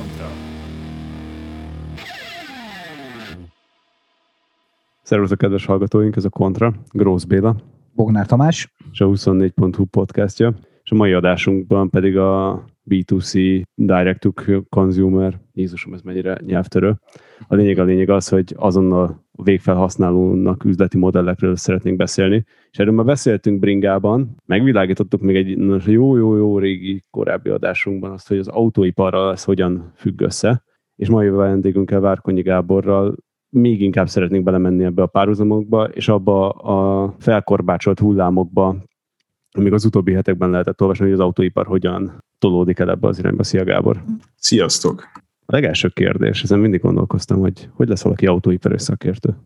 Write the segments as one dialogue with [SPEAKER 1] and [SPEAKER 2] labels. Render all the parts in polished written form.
[SPEAKER 1] Kontra.
[SPEAKER 2] Szervusztok, kedves hallgatóink, ez a Kontra, Grósz Béla,
[SPEAKER 3] Bognár Tamás,
[SPEAKER 2] és a 24.hu podcastja, és a mai adásunkban pedig a B2C, Direct to Consumer, Jézusom, ez mennyire nyelvtörő. A lényeg az, hogy azonnal a végfelhasználónak üzleti modellekről szeretnénk beszélni, és erről már beszéltünk Bringában, megvilágítottuk még egy jó régi korábbi adásunkban azt, hogy az autóiparral ez hogyan függ össze, és mai vendégünkkel, Várkonyi Gáborral még inkább szeretnénk belemenni ebbe a párhuzamokba, és abba a felkorbácsolt hullámokba, amíg az utóbbi hetekben lehetett olvasni, hogy az autóipar hogyan tolódik el ebbe az irányba. Szia, Gábor!
[SPEAKER 4] Sziasztok!
[SPEAKER 2] A legelső kérdés, ezen mindig gondolkoztam, hogy lesz valaki autóipari szakértő?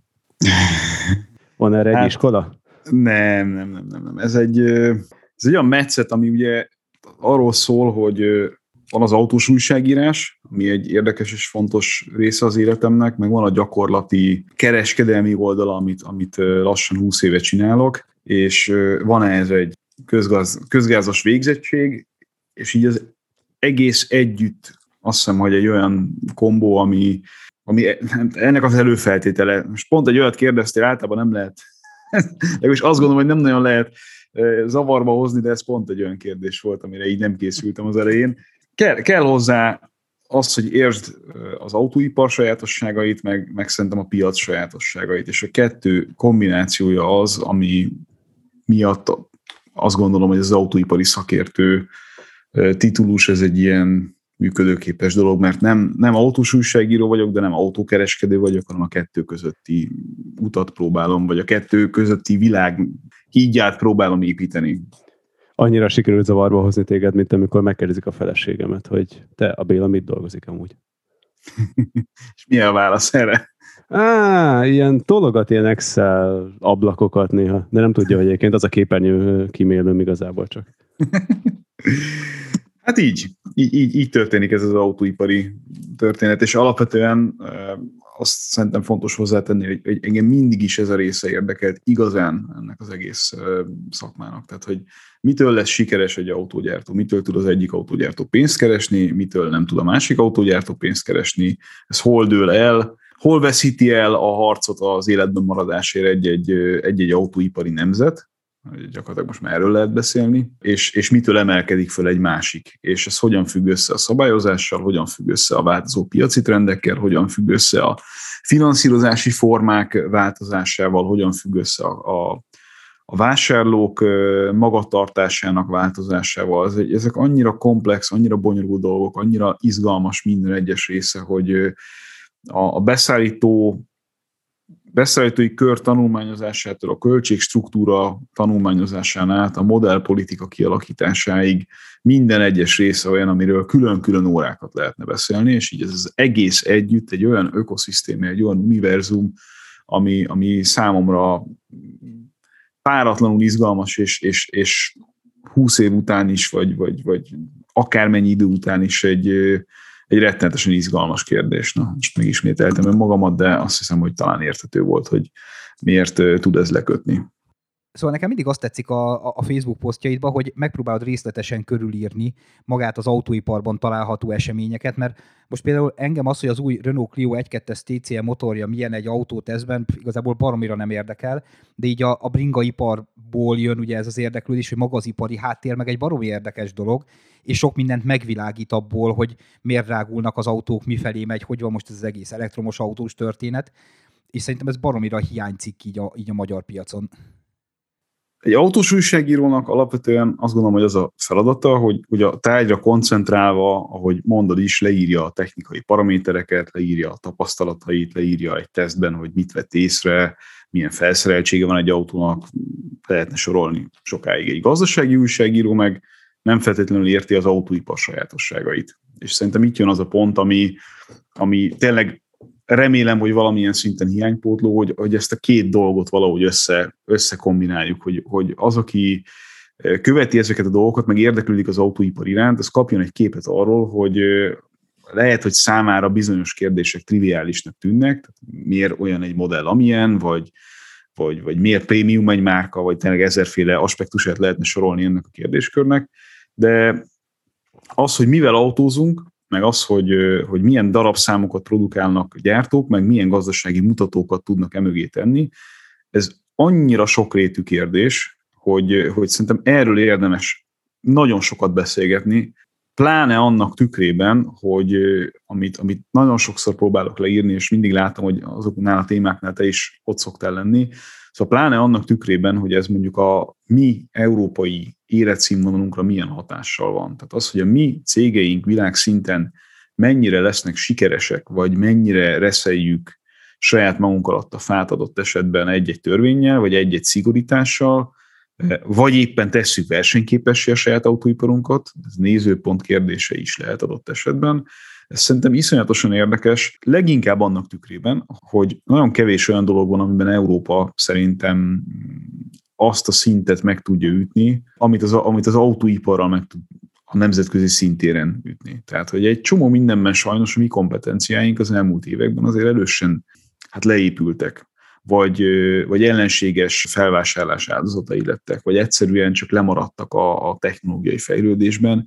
[SPEAKER 2] Van erre egy iskola?
[SPEAKER 4] Nem. Ez egy olyan metszet, ami ugye arról szól, hogy van az autós újságírás, ami egy érdekes és fontos része az életemnek, meg van a gyakorlati kereskedelmi oldala, amit lassan 20 éve csinálok, és van ez egy közgázas végzettség, és így az egész együtt azt hiszem, hogy egy olyan kombó, ami ennek az előfeltétele. Most pont egy olyat kérdeztél, általában nem lehet, és azt gondolom, hogy nem nagyon lehet zavarba hozni, de ez pont egy olyan kérdés volt, amire így nem készültem az elején. Kell hozzá az, hogy értsd az autóipar sajátosságait, meg szerintem a piac sajátosságait, és a kettő kombinációja az, ami miatt azt gondolom, hogy az autóipari szakértő titulus, ez egy ilyen működőképes dolog, mert nem autós újságíró vagyok, de nem autókereskedő vagyok, hanem a kettő közötti utat próbálom, vagy a kettő közötti világ hídját próbálom építeni.
[SPEAKER 2] Annyira sikerült zavarba hozni téged, mint amikor megkérdezik a feleségemet, hogy te, a Béla, mit dolgozik amúgy?
[SPEAKER 4] És mi a válasz erre?
[SPEAKER 2] Ilyen tologat ilyen Excel ablakokat néha, de nem tudja, hogy egyébként az a képernyő kímélőm igazából csak.
[SPEAKER 4] Hát így történik ez az autóipari történet, és alapvetően azt szerintem fontos hozzátenni, hogy engem mindig is ez a része érdekelt igazán ennek az egész szakmának. Tehát, hogy mitől lesz sikeres egy autógyártó, mitől tud az egyik autógyártó pénzt keresni, mitől nem tud a másik autógyártó pénzt keresni, ez hol dől el, hol veszíti el a harcot az életben maradásért egy autóipari nemzet, gyakorlatilag most már erről lehet beszélni, és mitől emelkedik föl egy másik, és ez hogyan függ össze a szabályozással, hogyan függ össze a változó piaci trendekkel, hogyan függ össze a finanszírozási formák változásával, hogyan függ össze a vásárlók magatartásának változásával. Ezek annyira komplex, annyira bonyolult dolgok, annyira izgalmas minden egyes része, hogy a beszállítói kör tanulmányozásától a költségstruktúra tanulmányozásán át a modellpolitika kialakításáig minden egyes része olyan, amiről külön-külön órákat lehetne beszélni, és így ez az egész együtt egy olyan ökoszisztéma, egy olyan univerzum, ami számomra páratlanul izgalmas, és 20 év után is, vagy akármennyi idő után is egy rettenetesen izgalmas kérdés. Na, most megismételtem önmagamat, de azt hiszem, hogy talán érthető volt, hogy miért tud ez lekötni.
[SPEAKER 3] Szóval nekem mindig azt tetszik a Facebook posztjaidban, hogy megpróbálod részletesen körülírni magát az autóiparban található eseményeket, mert most például engem az, hogy az új Renault Clio 1.2-es TCE motorja milyen egy autótesztben, igazából baromira nem érdekel, de így a bringaiparból jön ugye ez az érdeklődés, hogy maga az ipari háttér meg egy baromi érdekes dolog, és sok mindent megvilágít abból, hogy miért drágulnak az autók, mifelé megy, hogy van most ez az egész elektromos autós történet, és szerintem ez baromira hiányzik így a magyar piacon.
[SPEAKER 4] Egy autós újságírónak alapvetően azt gondolom, hogy az a feladata, hogy a tárgyra koncentrálva, ahogy mondod is, leírja a technikai paramétereket, leírja a tapasztalatait, leírja egy tesztben, hogy mit vett észre, milyen felszereltsége van egy autónak, lehetne sorolni sokáig. Egy gazdasági újságíró meg nem feltétlenül érti az autóipar sajátosságait. És szerintem itt jön az a pont, ami tényleg remélem, hogy valamilyen szinten hiánypótló, hogy ezt a két dolgot valahogy összekombináljuk, hogy az, aki követi ezeket a dolgokat, meg érdeklődik az autóipar iránt, az kapjon egy képet arról, hogy lehet, hogy számára bizonyos kérdések triviálisnak tűnnek, tehát miért olyan egy modell, amilyen, vagy miért prémium egy márka, vagy tényleg ezerféle aspektusát lehetne sorolni ennek a kérdéskörnek, de az, hogy mivel autózunk, meg az, hogy milyen darabszámokat produkálnak gyártók, meg milyen gazdasági mutatókat tudnak emögé tenni, ez annyira sokrétű kérdés, hogy szerintem erről érdemes nagyon sokat beszélgetni, pláne annak tükrében, hogy amit nagyon sokszor próbálok leírni, és mindig látom, hogy azoknál a témáknál te is ott szoktál lenni, szóval pláne annak tükrében, hogy ez mondjuk a mi európai életszínvonalunkra milyen hatással van. Tehát az, hogy a mi cégeink világszinten mennyire lesznek sikeresek, vagy mennyire reszeljük saját magunk alatt a fát adott esetben egy-egy törvénnyel, vagy egy-egy szigorítással, vagy éppen tesszük versenyképessé a saját autóiparunkat, ez nézőpont kérdése is lehet adott esetben. Ez szerintem iszonyatosan érdekes, leginkább annak tükrében, hogy nagyon kevés olyan dolog van, amiben Európa szerintem azt a szintet meg tudja ütni, amit az autóiparral meg tud a nemzetközi szintéren ütni. Tehát, hogy egy csomó mindenben sajnos a mi kompetenciáink az elmúlt években azért erősen leépültek, vagy ellenséges felvásárlás áldozatai lettek, vagy egyszerűen csak lemaradtak a technológiai fejlődésben,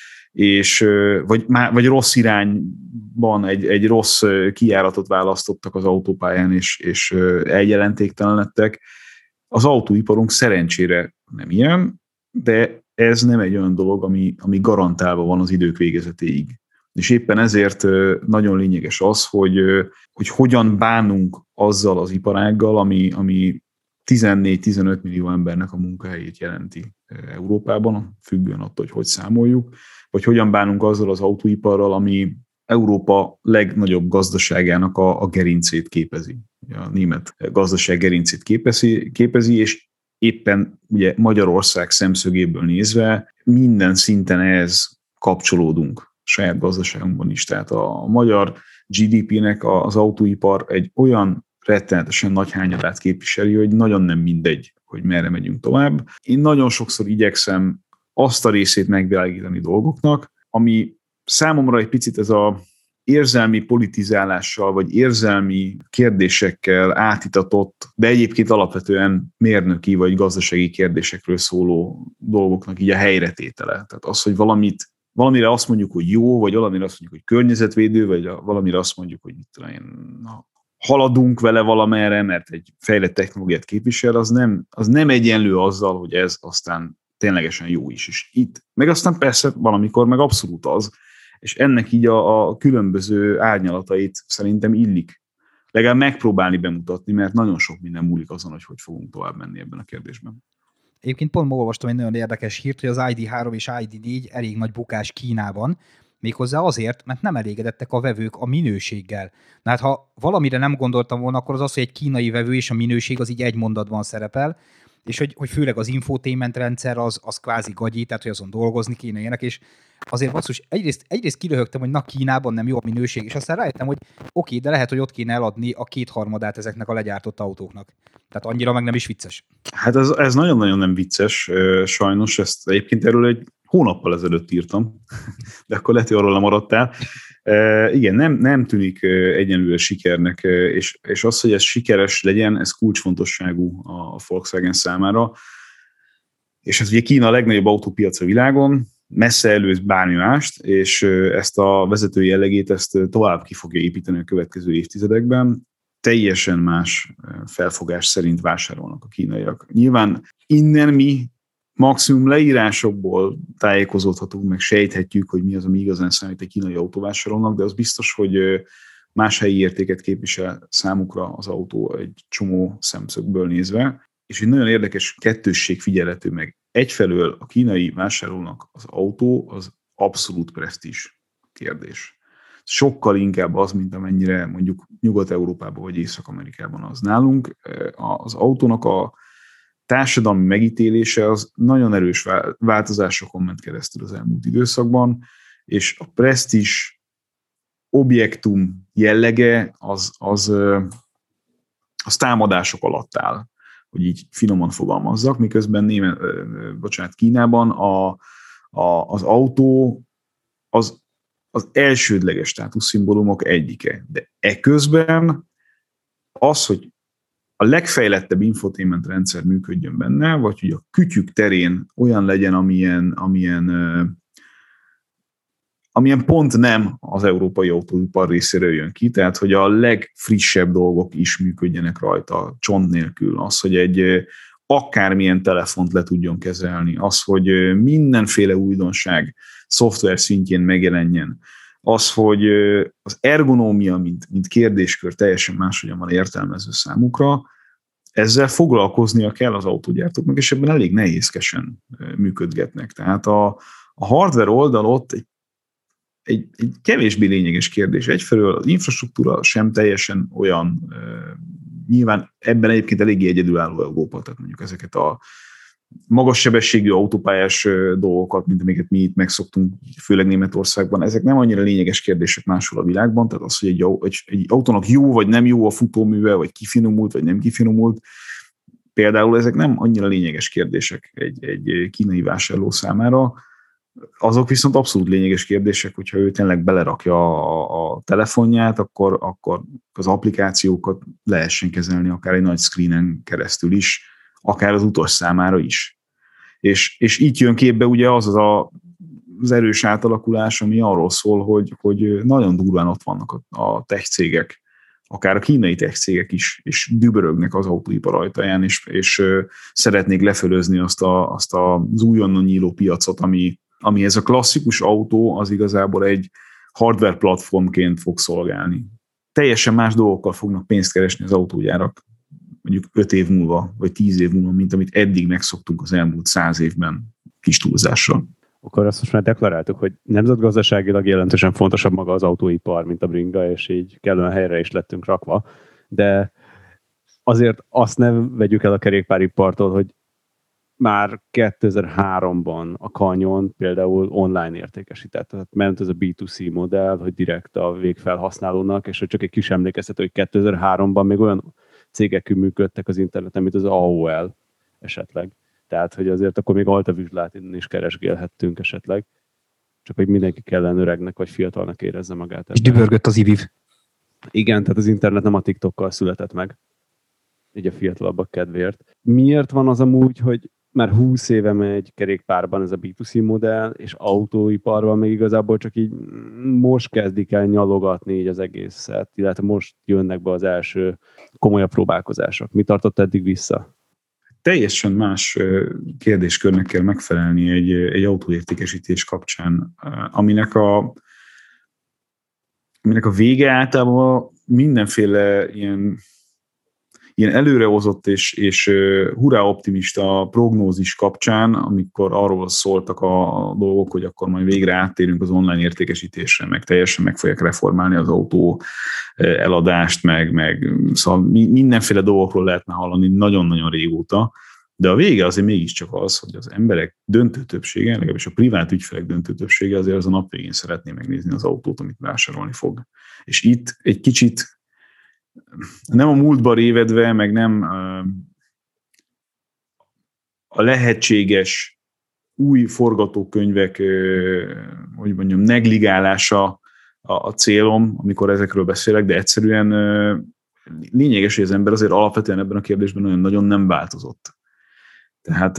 [SPEAKER 4] és vagy rossz irányban egy rossz kijáratot választottak az autópályán, és eljelentéktelenedtek. Az autóiparunk szerencsére nem ilyen, de ez nem egy olyan dolog, ami garantálva van az idők végezetéig. És éppen ezért nagyon lényeges az, hogy hogyan bánunk azzal az iparággal, ami 14-15 millió embernek a munkahelyét jelenti Európában, függően attól, hogy számoljuk, vagy hogyan bánunk azzal az autóiparral, ami Európa legnagyobb gazdaságának a gerincét képezi. A német gazdaság gerincét képezi, és éppen ugye Magyarország szemszögéből nézve minden szinten ehhez kapcsolódunk saját gazdaságunkban is. Tehát a magyar GDP-nek az autóipar egy olyan rettenetesen nagy hányadát képviseli, hogy nagyon nem mindegy, hogy merre megyünk tovább. Én nagyon sokszor igyekszem azt a részét megvilágítani dolgoknak, ami számomra egy picit ez a érzelmi politizálással, vagy érzelmi kérdésekkel átitatott, de egyébként alapvetően mérnöki vagy gazdasági kérdésekről szóló dolgoknak így a helyretétele. Tehát az, hogy valamire azt mondjuk, hogy jó, vagy valamire azt mondjuk, hogy környezetvédő, vagy valamire azt mondjuk, hogy haladunk vele valamerre, mert egy fejlett technológiát képvisel, az nem egyenlő azzal, hogy ez aztán ténylegesen jó is. És itt, meg aztán persze valamikor meg abszolút az, és ennek így a különböző árnyalatait szerintem illik legalább megpróbálni bemutatni, mert nagyon sok minden múlik azon, hogy fogunk tovább menni ebben a kérdésben.
[SPEAKER 3] Egyébként pont olvastam egy nagyon érdekes hírt, hogy az ID3 és ID4 elég nagy bukás Kínában, méghozzá azért, mert nem elégedettek a vevők a minőséggel. Na hát ha valamire nem gondoltam volna, akkor az, hogy egy kínai vevő és a minőség az így egy mondatban szerepel, és hogy főleg az infotainment rendszer az kvázi gagyi, tehát hogy azon dolgozni kéne ilyenek, és azért basszus, egyrészt kiröhögtem, hogy Kínában nem jó a minőség, és aztán rájöttem, hogy oké, de lehet, hogy ott kéne eladni a 2/3 ezeknek a legyártott autóknak. Tehát annyira meg nem is vicces.
[SPEAKER 4] Hát ez nagyon-nagyon nem vicces, sajnos, ezt egyébként erről egy hónappal ezelőtt írtam, de akkor lehet, hogy arról lemaradtál. Igen, nem tűnik egyenlőre sikernek, és az, hogy ez sikeres legyen, ez kulcsfontosságú a Volkswagen számára. És ez ugye Kína a legnagyobb autópiac a világon, messze előz bármi mást, és ezt a vezető jellegét ezt tovább ki fogja építeni a következő évtizedekben. Teljesen más felfogás szerint vásárolnak a kínaiak. Nyilván innen mi maximum leírásokból tájékozódhatunk, meg sejthetjük, hogy mi az, ami igazán számít egy kínai autóvásárolnak, de az biztos, hogy más helyi értéket képvisel számukra az autó egy csomó szemszögből nézve, és egy nagyon érdekes kettősség figyelhető meg. Egyfelől a kínai vásárolónak az autó az abszolút presztízs kérdés. Sokkal inkább az, mint amennyire mondjuk Nyugat-Európában vagy Észak-Amerikában az nálunk. Az autónak a társadalmi megítélése az nagyon erős változásokon ment keresztül az elmúlt időszakban, és a presztízs objektum jellege az támadások alatt áll, hogy így finoman fogalmazzak, miközben Kínában az autó az elsődleges státuszszimbólumok egyike. De eközben az, hogy a legfejlettebb infotainment rendszer működjön benne, vagy hogy a kütyük terén olyan legyen, amilyen pont nem az európai autóipar részéről jön ki, tehát hogy a legfrissebb dolgok is működjenek rajta, csont nélkül. Az, hogy egy akármilyen telefont le tudjon kezelni, az, hogy mindenféle újdonság szoftver szintjén megjelenjen, az, hogy az ergonómia, mint kérdéskör teljesen máshogyan van értelmező számukra, ezzel foglalkoznia kell az autógyártóknak, és ebben elég nehézkesen működgetnek. Tehát a hardware oldal ott egy kevésbé lényeges kérdés. Egyfelől az infrastruktúra sem teljesen olyan, nyilván ebben egyébként eléggé egyedülálló Európa, tehát mondjuk ezeket a magas sebességű autópályás dolgokat, mint amiket mi itt megszoktunk, főleg Németországban, ezek nem annyira lényeges kérdések máshol a világban, tehát az, hogy egy autónak jó vagy nem jó a futóműve, vagy kifinomult, vagy nem kifinomult, például ezek nem annyira lényeges kérdések egy kínai vásárló számára, azok viszont abszolút lényeges kérdések, hogyha ő tényleg belerakja a telefonját, akkor az applikációkat lehessen kezelni akár egy nagy screenen keresztül is, akár az utas számára is. És így jön képbe ugye az erős átalakulás, ami arról szól, hogy nagyon durván ott vannak a tech cégek, akár a kínai tech cégek is, és dübörögnek az autóipar ajtaján, és szeretnék lefölözni azt az újonnan nyíló piacot, ami ez a klasszikus autó, az igazából egy hardware platformként fog szolgálni. Teljesen más dolgokkal fognak pénzt keresni az autógyárak, mondjuk 5 év múlva, vagy 10 év múlva, mint amit eddig megszoktunk az elmúlt 100 évben kis túlzással.
[SPEAKER 2] Akkor azt most már deklaráltuk, hogy nemzetgazdaságilag jelentősen fontosabb maga az autóipar, mint a bringa, és így kellően helyre is lettünk rakva, de azért azt ne vegyük el a kerékpáripartól, hogy már 2003-ban a Canyon például online értékesített, tehát ment ez a B2C modell, hogy direkt a végfelhasználónak, és hogy csak egy kis emlékeztető, hogy 2003-ban még olyan cégek működtek az interneten, mint az AOL esetleg. Tehát, hogy azért akkor még altavizslátin is keresgélhettünk esetleg. Csak hogy mindenki kellene öregnek vagy fiatalnak érezze magát.
[SPEAKER 3] És dübörgött az IVIV.
[SPEAKER 2] Igen, tehát az internet nem a TikTokkal született meg. Így a fiatalabbak kedvéért. Miért van az amúgy, hogy már 20 éve megy kerékpárban ez a B2C modell, és autóiparban még igazából csak így most kezdik el nyalogatni így az egészet, illetve most jönnek be az első komolyabb próbálkozások. Mi tartott eddig vissza?
[SPEAKER 4] Teljesen más kérdéskörnek kell megfelelni egy autóértékesítés kapcsán, aminek a vége általában mindenféle ilyen előrehozott és hurrá optimista prognózis kapcsán, amikor arról szóltak a dolgok, hogy akkor majd végre áttérünk az online értékesítésre, meg teljesen meg fogják reformálni az autó eladást, meg szóval mindenféle dolgokról lehetne hallani nagyon-nagyon régóta, de a vége azért mégiscsak az, hogy az emberek döntő többsége, legalábbis a privát ügyfelek döntő többsége azért az a nap végén szeretné megnézni az autót, amit vásárolni fog. És itt egy kicsit nem a múltba révedve, meg nem a lehetséges új forgatókönyvek, hogy mondjam, negligálása a célom, amikor ezekről beszélek, de egyszerűen lényeges, hogy az ember azért alapvetően ebben a kérdésben nagyon nem változott. Tehát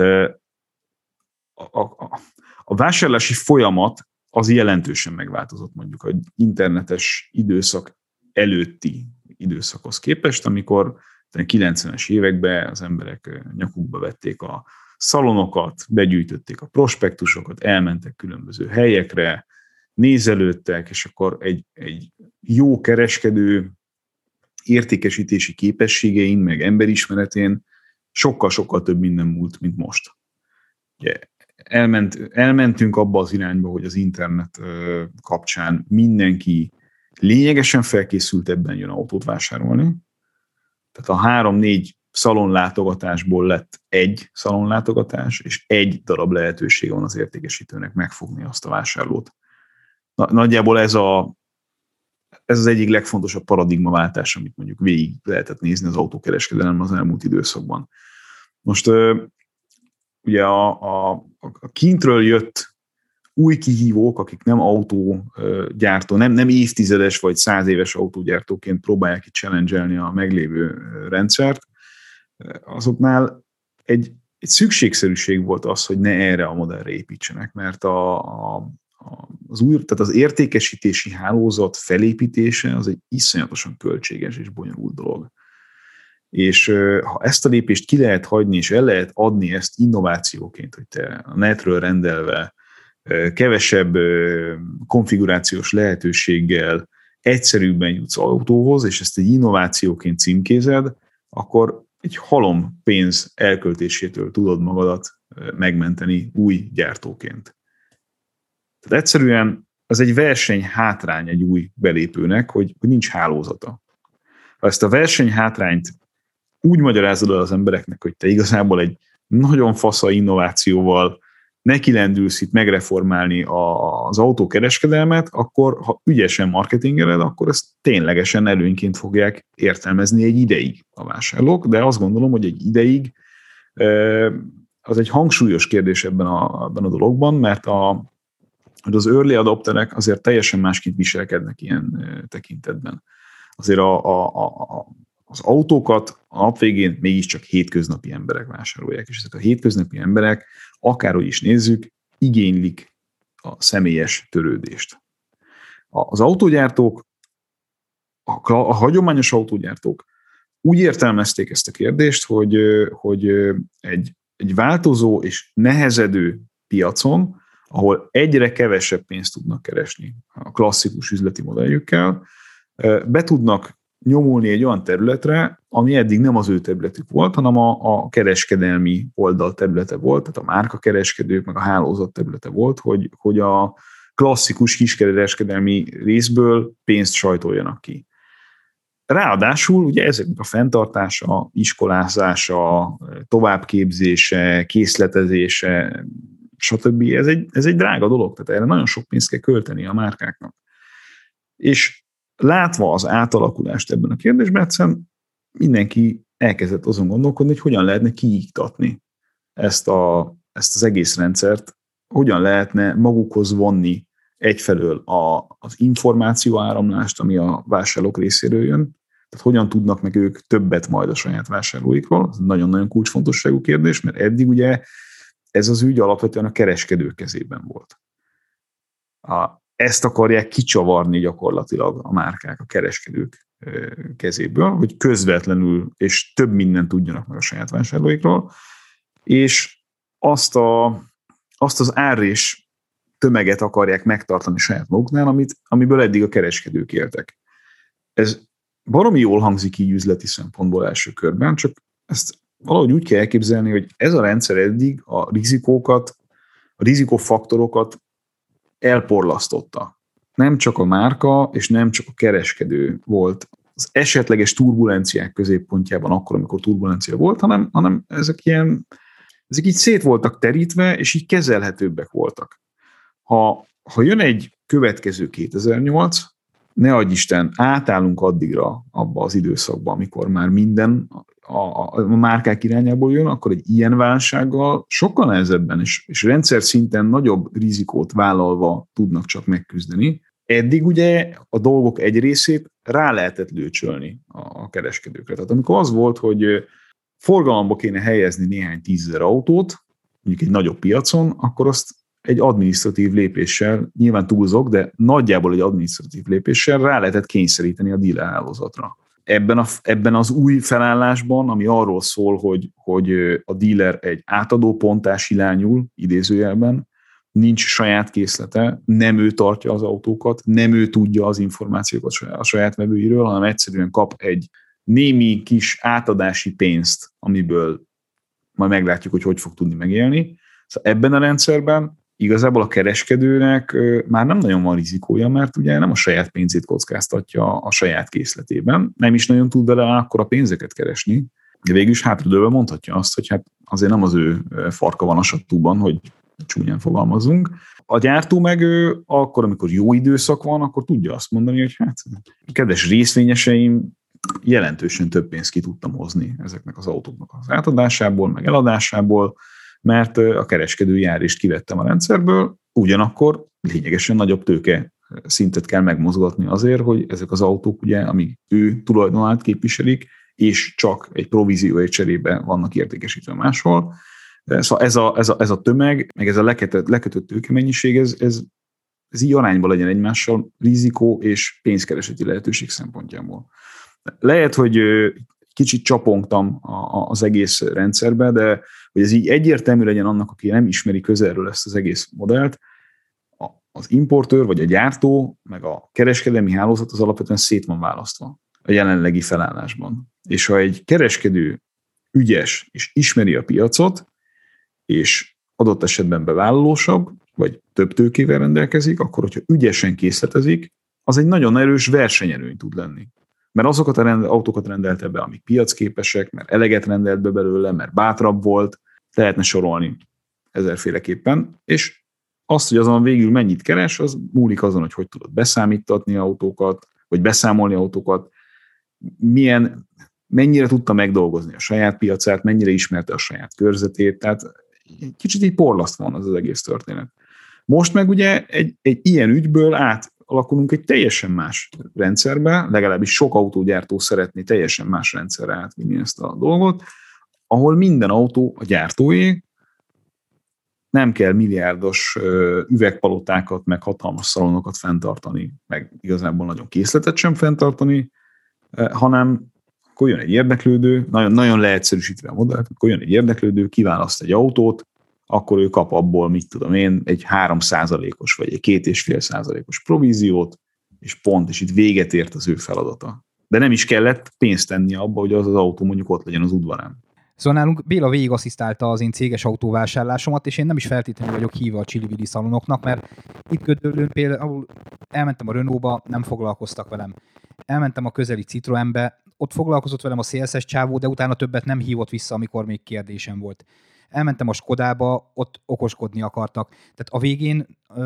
[SPEAKER 4] a vásárlási folyamat az jelentősen megváltozott mondjuk az internetes időszak előtti időszakhoz képest, amikor a 90-es években az emberek nyakukba vették a szalonokat, begyűjtötték a prospektusokat, elmentek különböző helyekre, nézelődtek, és akkor egy jó kereskedő értékesítési képességein, meg emberismeretén sokkal-sokkal több minden múlt, mint most. Ugye, elmentünk abba az irányba, hogy az internet kapcsán mindenki lényegesen felkészült ebben jön autót vásárolni. Tehát a 3-4 szalonlátogatásból lett egy szalonlátogatás, és egy darab lehetősége van az értékesítőnek megfogni azt a vásárlót. Nagyjából ez az egyik legfontosabb paradigmaváltás, amit mondjuk végig lehetett nézni az autókereskedelemben az elmúlt időszakban. Most ugye a kintről jött új kihívók, akik nem autógyártó, nem évtizedes vagy 100 éves autógyártóként próbálják itt challenge-elni a meglévő rendszert, azoknál egy szükségszerűség volt az, hogy ne erre a modellre építsenek, mert tehát az értékesítési hálózat felépítése az egy iszonyatosan költséges és bonyolult dolog. És ha ezt a lépést ki lehet hagyni, és el lehet adni ezt innovációként, hogy te a netről rendelve, kevesebb konfigurációs lehetőséggel egyszerűbben jutsz autóhoz, és ezt egy innovációként címkézed, akkor egy halom pénz elköltésétől tudod magadat megmenteni új gyártóként. Tehát egyszerűen az egy verseny hátrány egy új belépőnek, hogy nincs hálózata. Ha ezt a verseny hátrányt úgy magyarázod el az embereknek, hogy te igazából egy nagyon fasza innovációval nekilendülsz itt megreformálni az autókereskedelmet, akkor ha ügyesen marketingeled, akkor ezt ténylegesen előnyként fogják értelmezni egy ideig a vásárlók, de azt gondolom, hogy egy ideig az egy hangsúlyos kérdés ebben a dologban, mert hogy az early adopterek azért teljesen másként viselkednek ilyen tekintetben. Azért az autókat a nap végén mégiscsak hétköznapi emberek vásárolják, és ezek a hétköznapi emberek, akárhogy is nézzük, igénylik a személyes törődést. Az autógyártók, a hagyományos autógyártók úgy értelmezték ezt a kérdést, hogy egy változó és nehezedő piacon, ahol egyre kevesebb pénzt tudnak keresni a klasszikus üzleti modelljükkel, be tudnak nyomulni egy olyan területre, ami eddig nem az ő területük volt, hanem a kereskedelmi oldal területe volt, tehát a márkakereskedők, meg a hálózat területe volt, hogy a klasszikus kiskereskedelmi részből pénzt sajtoljanak ki. Ráadásul ugye ezeknek a fenntartása, iskolázása, továbbképzése, készletezése, stb. Ez egy drága dolog, tehát erre nagyon sok pénzt kell költeni a márkáknak. És látva az átalakulást ebben a kérdésben, egyszerűen mindenki elkezdett azon gondolkodni, hogy hogyan lehetne kiiktatni ezt az egész rendszert, hogyan lehetne magukhoz vonni egyfelől az információ áramlást, ami a vásárlók részéről jön, tehát hogyan tudnak meg ők többet majd a saját vásárlóikról. Ez nagyon-nagyon kulcsfontosságú kérdés, mert eddig ugye ez az ügy alapvetően a kereskedők kezében volt. Ezt akarják kicsavarni gyakorlatilag a márkák, a kereskedők kezéből, hogy közvetlenül és több mindent tudjanak meg a saját vásárlóikról, és azt az árrés tömeget akarják megtartani saját maguknál, amiből eddig a kereskedők éltek. Ez baromi jól hangzik így üzleti szempontból első körben, csak ezt valahogy úgy kell elképzelni, hogy ez a rendszer eddig a rizikófaktorokat elporlasztotta. Nem csak a márka, és nem csak a kereskedő volt az esetleges turbulenciák középpontjában akkor, amikor turbulencia volt, hanem ezek így szét voltak terítve, és így kezelhetőbbek voltak. Ha jön egy következő 2008, ne adj Isten, átállunk addigra abba az időszakba, amikor már minden a márkák irányából jön, akkor egy ilyen válsággal sokkal nehezebben és rendszer szinten nagyobb rizikót vállalva tudnak csak megküzdeni. Eddig ugye a dolgok egy részét rá lehetett lőcsölni a kereskedőkre. Tehát amikor az volt, hogy forgalomba kéne helyezni néhány 10 000 autót, mondjuk egy nagyobb piacon, akkor azt egy adminisztratív lépéssel, nyilván túlzok, de nagyjából egy adminisztratív lépéssel rá lehetett kényszeríteni a dealer hálózatra. Ebben az új felállásban, ami arról szól, hogy a dealer egy átadó pontás irányul, idézőjelben, nincs saját készlete, nem ő tartja az autókat, nem ő tudja az információkat a saját vevőiről, hanem egyszerűen kap egy némi kis átadási pénzt, amiből majd meglátjuk, hogy fog tudni megélni. Szóval ebben a rendszerben igazából a kereskedőnek már nem nagyon van rizikója, mert ugye nem a saját pénzét kockáztatja a saját készletében, nem is nagyon tud vele akkora pénzeket keresni, de végül is hátradőlve mondhatja azt, hogy hát azért nem az ő farka van a sattúban, hogy csúnyán fogalmazunk. A gyártó meg akkor, amikor jó időszak van, akkor tudja azt mondani, hogy hát kedves részvényeseim, jelentősen több pénzt ki tudtam hozni ezeknek az autóknak az átadásából, meg eladásából, mert a kereskedői árést kivettem a rendszerből, ugyanakkor lényegesen nagyobb tőke szintet kell megmozgatni azért, hogy ezek az autók, ugye, amíg ő tulajdonát képviselik, és csak egy províziói cserébe vannak értékesítve máshol. Szóval ez a tömeg, meg ez a lekötött tőkemennyiség, ez ez így arányban legyen egymással rizikó és pénzkereseti lehetőség szempontjából. Lehet, hogy kicsit csapongtam az egész rendszerbe, de hogy ez így egyértelmű legyen annak, aki nem ismeri közelről ezt az egész modellt, az importőr vagy a gyártó, meg a kereskedelmi hálózat az alapvetően szét van választva a jelenlegi felállásban. És ha egy kereskedő ügyes és ismeri a piacot, és adott esetben bevállalósabb, vagy több tőkével rendelkezik, akkor, hogyha ügyesen készletezik, az egy nagyon erős versenyerőny tud lenni. Mert azokat az autókat rendelte be, amik piacképesek, mert eleget rendelt be belőle, mert bátrabb volt, lehetne sorolni ezerféleképpen, és azt, hogy azon végül mennyit keres, az múlik azon, hogy tudod beszámítatni autókat, vagy beszámolni autókat, mennyire tudta megdolgozni a saját piacát, mennyire ismerte a saját körzetét, tehát kicsit így porlaszt van az egész történet. Most meg ugye egy ilyen ügyből átalakulunk egy teljesen más rendszerbe, legalábbis sok autógyártó szeretné teljesen más rendszerre átvinni ezt a dolgot, ahol minden autó a gyártóé, nem kell milliárdos üvegpalotákat, meg hatalmas szalonokat fenntartani, meg igazából nagyon készletet sem fenntartani, hanem akkor jön egy érdeklődő, nagyon, nagyon leegyszerűsítve a modellt, akkor jön egy érdeklődő, kiválaszt egy autót, akkor ő kap abból, mit tudom én, egy 3%-os vagy egy 2,5%-os províziót, és pont, és itt véget ért az ő feladata. De nem is kellett pénzt tenni abba, hogy az autó mondjuk ott legyen az udvarán.
[SPEAKER 3] Szóval nálunk Béla végigasszisztálta az én céges autóvásárlásomat, és én nem is feltétlenül vagyok híva a csili-vili szalonoknak, mert itt Gödöllőn például elmentem a Renault-ba, nem foglalkoztak velem. Elmentem a közeli Citroenbe, ott foglalkozott velem a szélszes csávó, de utána többet nem hívott vissza, amikor még kérdésem volt. Elmentem a Skodába, ott okoskodni akartak. Tehát a végén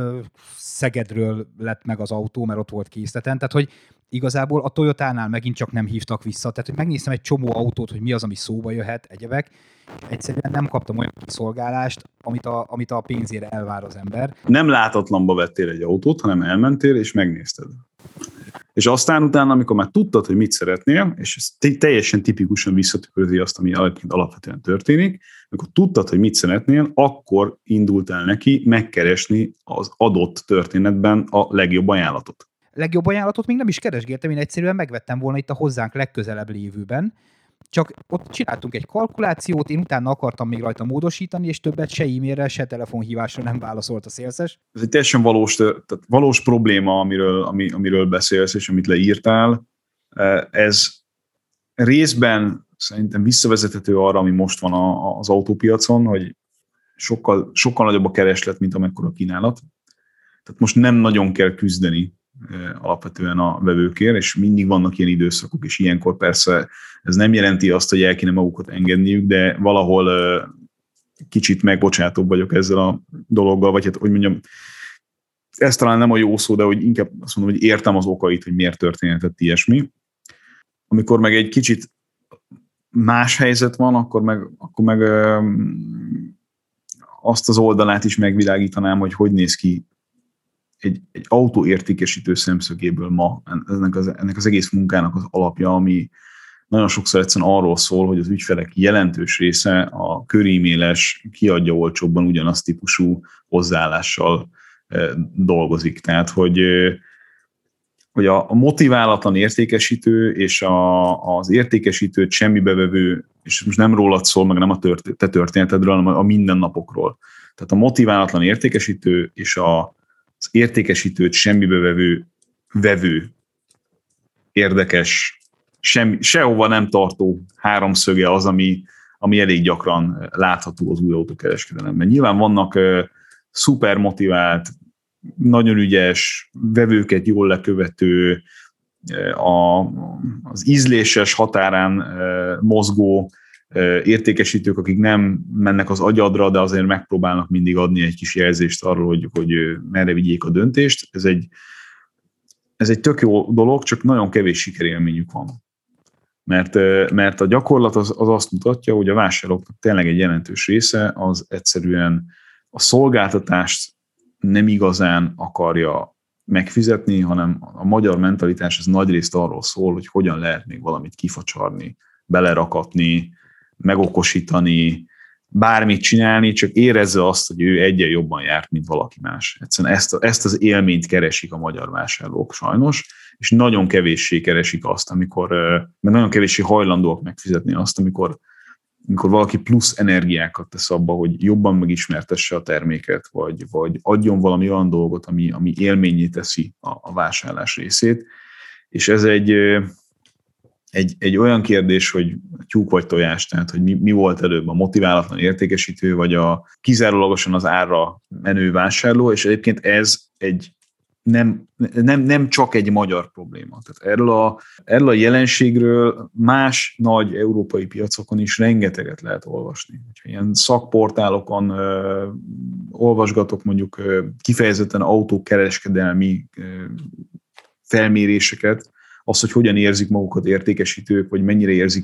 [SPEAKER 3] Szegedről lett meg az autó, mert ott volt készleten. Tehát, hogy igazából a Toyotánál megint csak nem hívtak vissza. Tehát, hogy megnéztem egy csomó autót, hogy mi az, ami szóba jöhet, egyebek. Egyszerűen nem kaptam olyan kiszolgálást, amit a pénzére elvár az ember.
[SPEAKER 4] Nem látatlanba vettél egy autót, hanem elmentél és megnézted. És aztán utána, amikor már tudtad, hogy mit szeretnél, és ez teljesen tipikusan visszatükrözi azt, ami alapvetően történik, amikor tudtad, hogy mit szeretnél, akkor indultál neki megkeresni az adott történetben a legjobb ajánlatot.
[SPEAKER 3] Legjobb ajánlatot még nem is keresgéltem, én egyszerűen megvettem volna itt a hozzánk legközelebb lévőben, csak ott csináltunk egy kalkulációt, én utána akartam még rajta módosítani, és többet se e-mailre, se telefonhívásra nem válaszolt a szélszes.
[SPEAKER 4] Ez egy teljesen valós probléma, amiről beszélsz, és amit leírtál. Ez részben szerintem visszavezethető arra, ami most van az autópiacon, hogy sokkal nagyobb a kereslet, mint amekkora a kínálat. Tehát most nem nagyon kell küzdeni alapvetően a vevőkért, és mindig vannak ilyen időszakok, és ilyenkor persze ez nem jelenti azt, hogy el kéne magukat engedniük, de valahol kicsit megbocsátóbb vagyok ezzel a dologgal, vagy hát, hogy mondjam, ez talán nem a jó szó, de hogy inkább azt mondom, hogy értem az okait, hogy miért történhetett ilyesmi. Amikor meg egy kicsit más helyzet van, akkor meg azt az oldalát is megvilágítanám, hogy néz ki egy autóértékesítő szemszögéből ma ennek az egész munkának az alapja, ami nagyon sokszor egyszerűen arról szól, hogy az ügyfelek jelentős része a köríméles, kiadja olcsóbban ugyanazt típusú hozzáállással dolgozik. Tehát, hogy a motiválatlan értékesítő és az értékesítőt semmibe vevő, és most nem rólad szól, meg nem a te történetedről, hanem a mindennapokról. Tehát a motiválatlan értékesítő és az értékesítőt semmibe vevő érdekes, sehova nem tartó háromszöge az, ami elég gyakran látható az új autókereskedelemben. Nyilván vannak szuper motivált, nagyon ügyes, vevőket jól lekövető, az ízléses határán mozgó értékesítők, akik nem mennek az agyadra, de azért megpróbálnak mindig adni egy kis jelzést arról, hogy merre vigyék a döntést. Ez egy tök jó dolog, csak nagyon kevés sikerélményük van. Mert a gyakorlat az azt mutatja, hogy a vásárlóknak tényleg egy jelentős része az egyszerűen a szolgáltatást nem igazán akarja megfizetni, hanem a magyar mentalitás ez nagyrészt arról szól, hogy hogyan lehet még valamit kifacsarni, belerakatni, megokosítani, bármit csinálni, csak érezze azt, hogy ő egyen jobban járt, mint valaki más. Egyszerűen ezt az élményt keresik a magyar vásárlók sajnos, és nagyon kevéssé keresik azt, mert nagyon kevéssé hajlandóak megfizetni azt, amikor valaki plusz energiákat tesz abba, hogy jobban megismertesse a terméket, vagy adjon valami olyan dolgot, ami élményé teszi a vásárlás részét. És ez egy olyan kérdés, hogy tyúk vagy tojás, tehát hogy mi volt előbb, a motiválatlan értékesítő, vagy a kizárólagosan az árra menő vásárló, és egyébként ez nem csak egy magyar probléma. Tehát erről a jelenségről más nagy európai piacokon is rengeteget lehet olvasni. Ha ilyen szakportálokon olvasgatok mondjuk kifejezetten autókereskedelmi felméréseket, az, hogy hogyan érzik magukat értékesítők, vagy mennyire érzik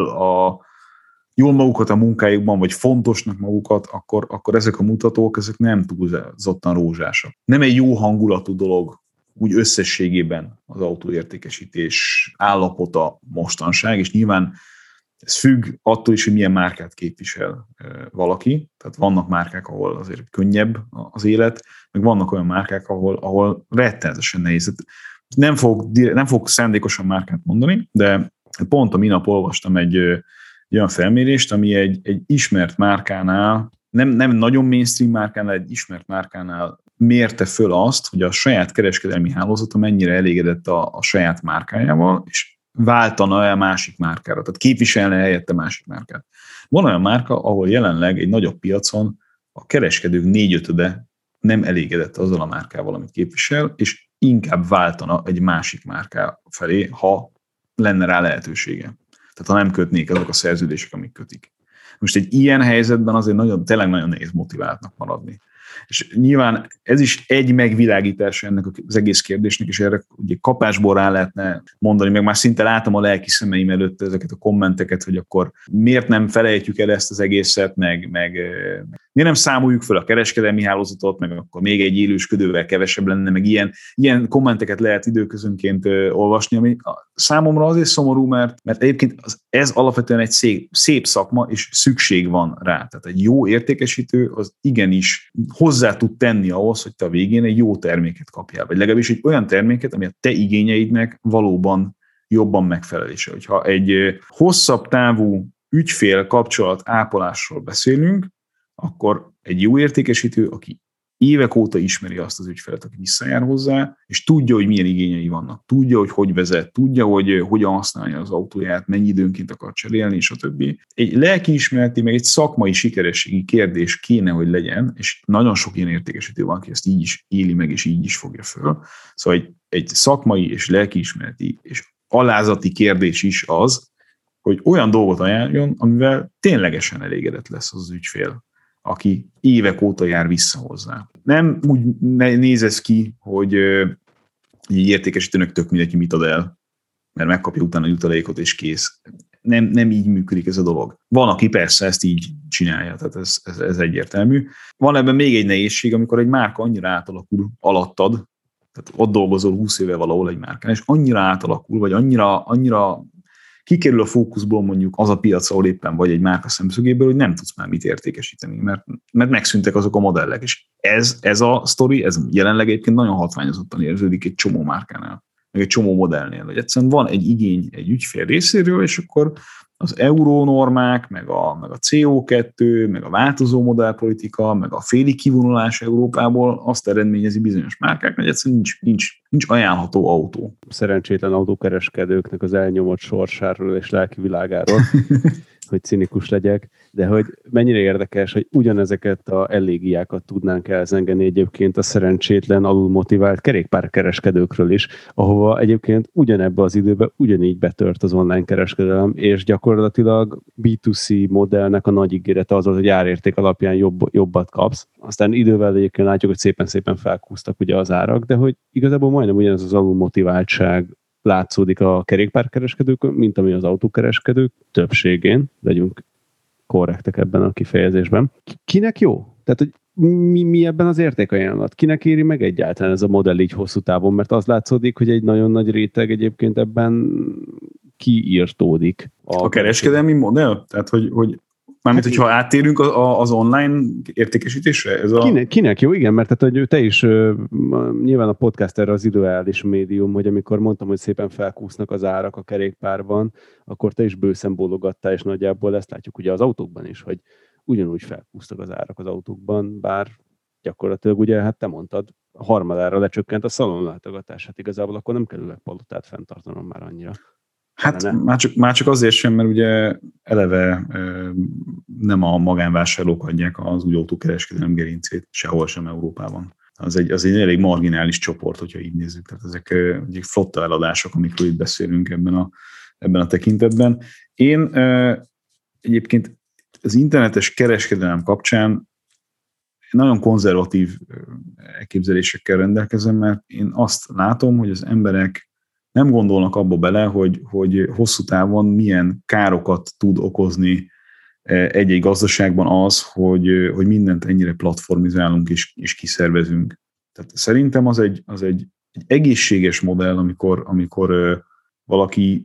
[SPEAKER 4] jól magukat a munkájukban, vagy fontosnak magukat, akkor ezek a mutatók, ezek nem túlzottan rózsásak. Nem egy jó hangulatú dolog úgy összességében az autóértékesítés állapota mostanság, és nyilván ez függ attól is, hogy milyen márkát képvisel valaki. Tehát vannak márkák, ahol azért könnyebb az élet, meg vannak olyan márkák, ahol rettenetesen nehéz. Nem fog szándékosan márkát mondani, de pont a minap olvastam egy olyan felmérést, ami egy ismert márkánál, nem nagyon mainstream márkánál, egy ismert márkánál mérte föl azt, hogy a saját kereskedelmi hálózata mennyire elégedett a saját márkájával, és váltana-e másik márkára, tehát képviselne helyette másik márkát. Van olyan márka, ahol jelenleg egy nagyobb piacon a kereskedők 4/5 nem elégedett azzal a márkával, amit képvisel, és inkább váltana egy másik márká felé, ha lenne rá lehetősége. Tehát ha nem kötnék azok a szerződések, amik kötik. Most egy ilyen helyzetben azért tényleg nagyon nehéz motiváltnak maradni. És nyilván ez is egy megvilágítás ennek az egész kérdésnek, és erre ugye kapásból rá lehetne mondani, meg már szinte látom a lelki szemeim előtt ezeket a kommenteket, hogy akkor miért nem felejtjük el ezt az egészet, meg miért nem számoljuk fel a kereskedelmi hálózatot, meg akkor még egy élősködővel kevesebb lenne, meg ilyen kommenteket lehet időközönként olvasni, ami számomra azért szomorú, mert egyébként ez alapvetően egy szép szakma, és szükség van rá. Tehát egy jó értékesítő az igenis hozzá tud tenni ahhoz, hogy te a végén egy jó terméket kapjál, vagy legalábbis egy olyan terméket, ami a te igényeidnek valóban jobban megfelelése. Hogyha egy hosszabb távú ügyfél kapcsolat ápolásról beszélünk, akkor egy jó értékesítő, aki évek óta ismeri azt az ügyfelet, aki visszajár hozzá, és tudja, hogy milyen igényei vannak, tudja, hogy vezet, tudja, hogy hogyan használja az autóját, mennyi időnként akar cserélni, és a többi. Egy lelkiismereti, meg egy szakmai sikerességi kérdés kéne, hogy legyen, és nagyon sok ilyen értékesítő van, aki ezt így is éli meg, és így is fogja föl. Szóval egy szakmai és lelkiismereti és alázati kérdés is az, hogy olyan dolgot ajánljon, amivel ténylegesen elégedett lesz az ügyfél, aki évek óta jár vissza hozzá. Nem úgy néz ez ki, hogy egy értékesítőnek tök mindegy, mit ad el, mert megkapja utána a jutalékot, és kész. Nem így működik ez a dolog. Van, aki persze ezt így csinálja, tehát ez egyértelmű. Van ebben még egy nehézség, amikor egy márka annyira átalakul alattad, tehát ott dolgozol 20 éve valahol egy márkán, és annyira átalakul, vagy annyira kikerül a fókuszból mondjuk az a piac, ahol éppen vagy egy márka szemszögéből, hogy nem tudsz már mit értékesíteni, mert megszűntek azok a modellek. És ez a sztori, ez jelenleg egyébként nagyon hatványozottan érződik egy csomó márkánál, meg egy csomó modellnél, hogy egyszerűen van egy igény egy ügyfél részéről, és akkor az eurónormák, meg a CO2, meg a változó modellpolitika, meg a félig kivonulás Európából azt eredményezi bizonyos márkák, hogy egyszerűen nincs ajánlható autó.
[SPEAKER 2] Szerencsétlen autókereskedőknek az elnyomott sorsáról és lelki világáról, hogy cinikus legyek, de hogy mennyire érdekes, hogy ugyanezeket a elégiákat tudnánk elzengeni egyébként a szerencsétlen, alulmotivált kerékpárkereskedőkről is, ahova egyébként ugyanebben az időben ugyanígy betört az online kereskedelem, és gyakorlatilag B2C modellnek a nagy ígérete az, hogy árérték alapján jobbat kapsz. Aztán idővel egyébként látjuk, hogy szépen felkúztak ugye az árak, de hogy igazából majdnem ugyanez az alulmotiváltság látszódik a kerékpárkereskedőkön, mint ami az autókereskedők többségén, legyünk korrektek ebben a kifejezésben. Kinek jó? Tehát, hogy mi ebben az értékajánlat? Kinek éri meg egyáltalán ez a modell így hosszú távon? Mert az látszódik, hogy egy nagyon nagy réteg egyébként ebben kiírtódik.
[SPEAKER 4] A kereskedelmi modell? Tehát, hogy Mármint, hogyha áttérünk az online értékesítésre?
[SPEAKER 2] Kinek jó? Igen, mert tehát, hogy te is nyilván a podcast erre az ideális médium, hogy amikor mondtam, hogy szépen felkúsznak az árak a kerékpárban, akkor te is bőszen bólogattál, és nagyjából ezt látjuk ugye az autókban is, hogy ugyanúgy felkúsztak az árak az autókban, bár gyakorlatilag ugye, hát te mondtad, harmadára lecsökkent a szalonlátogatás, hát igazából akkor nem kell üvegpalotát fenntartanom már annyira.
[SPEAKER 4] Hát már csak azért sem, mert ugye eleve nem a magánvásárlók adják az új autókereskedelem gerincét, sehol sem Európában. Az egy elég marginális csoport, hogyha így nézzük. Tehát ezek flotta eladások, amikről itt beszélünk ebben a tekintetben. Én egyébként az internetes kereskedelem kapcsán nagyon konzervatív elképzelésekkel rendelkezem, mert én azt látom, hogy az emberek nem gondolnak abba bele, hogy hosszú távon milyen károkat tud okozni egy-egy gazdaságban az, hogy mindent ennyire platformizálunk és kiszervezünk. Tehát szerintem az egy egészséges modell, amikor valaki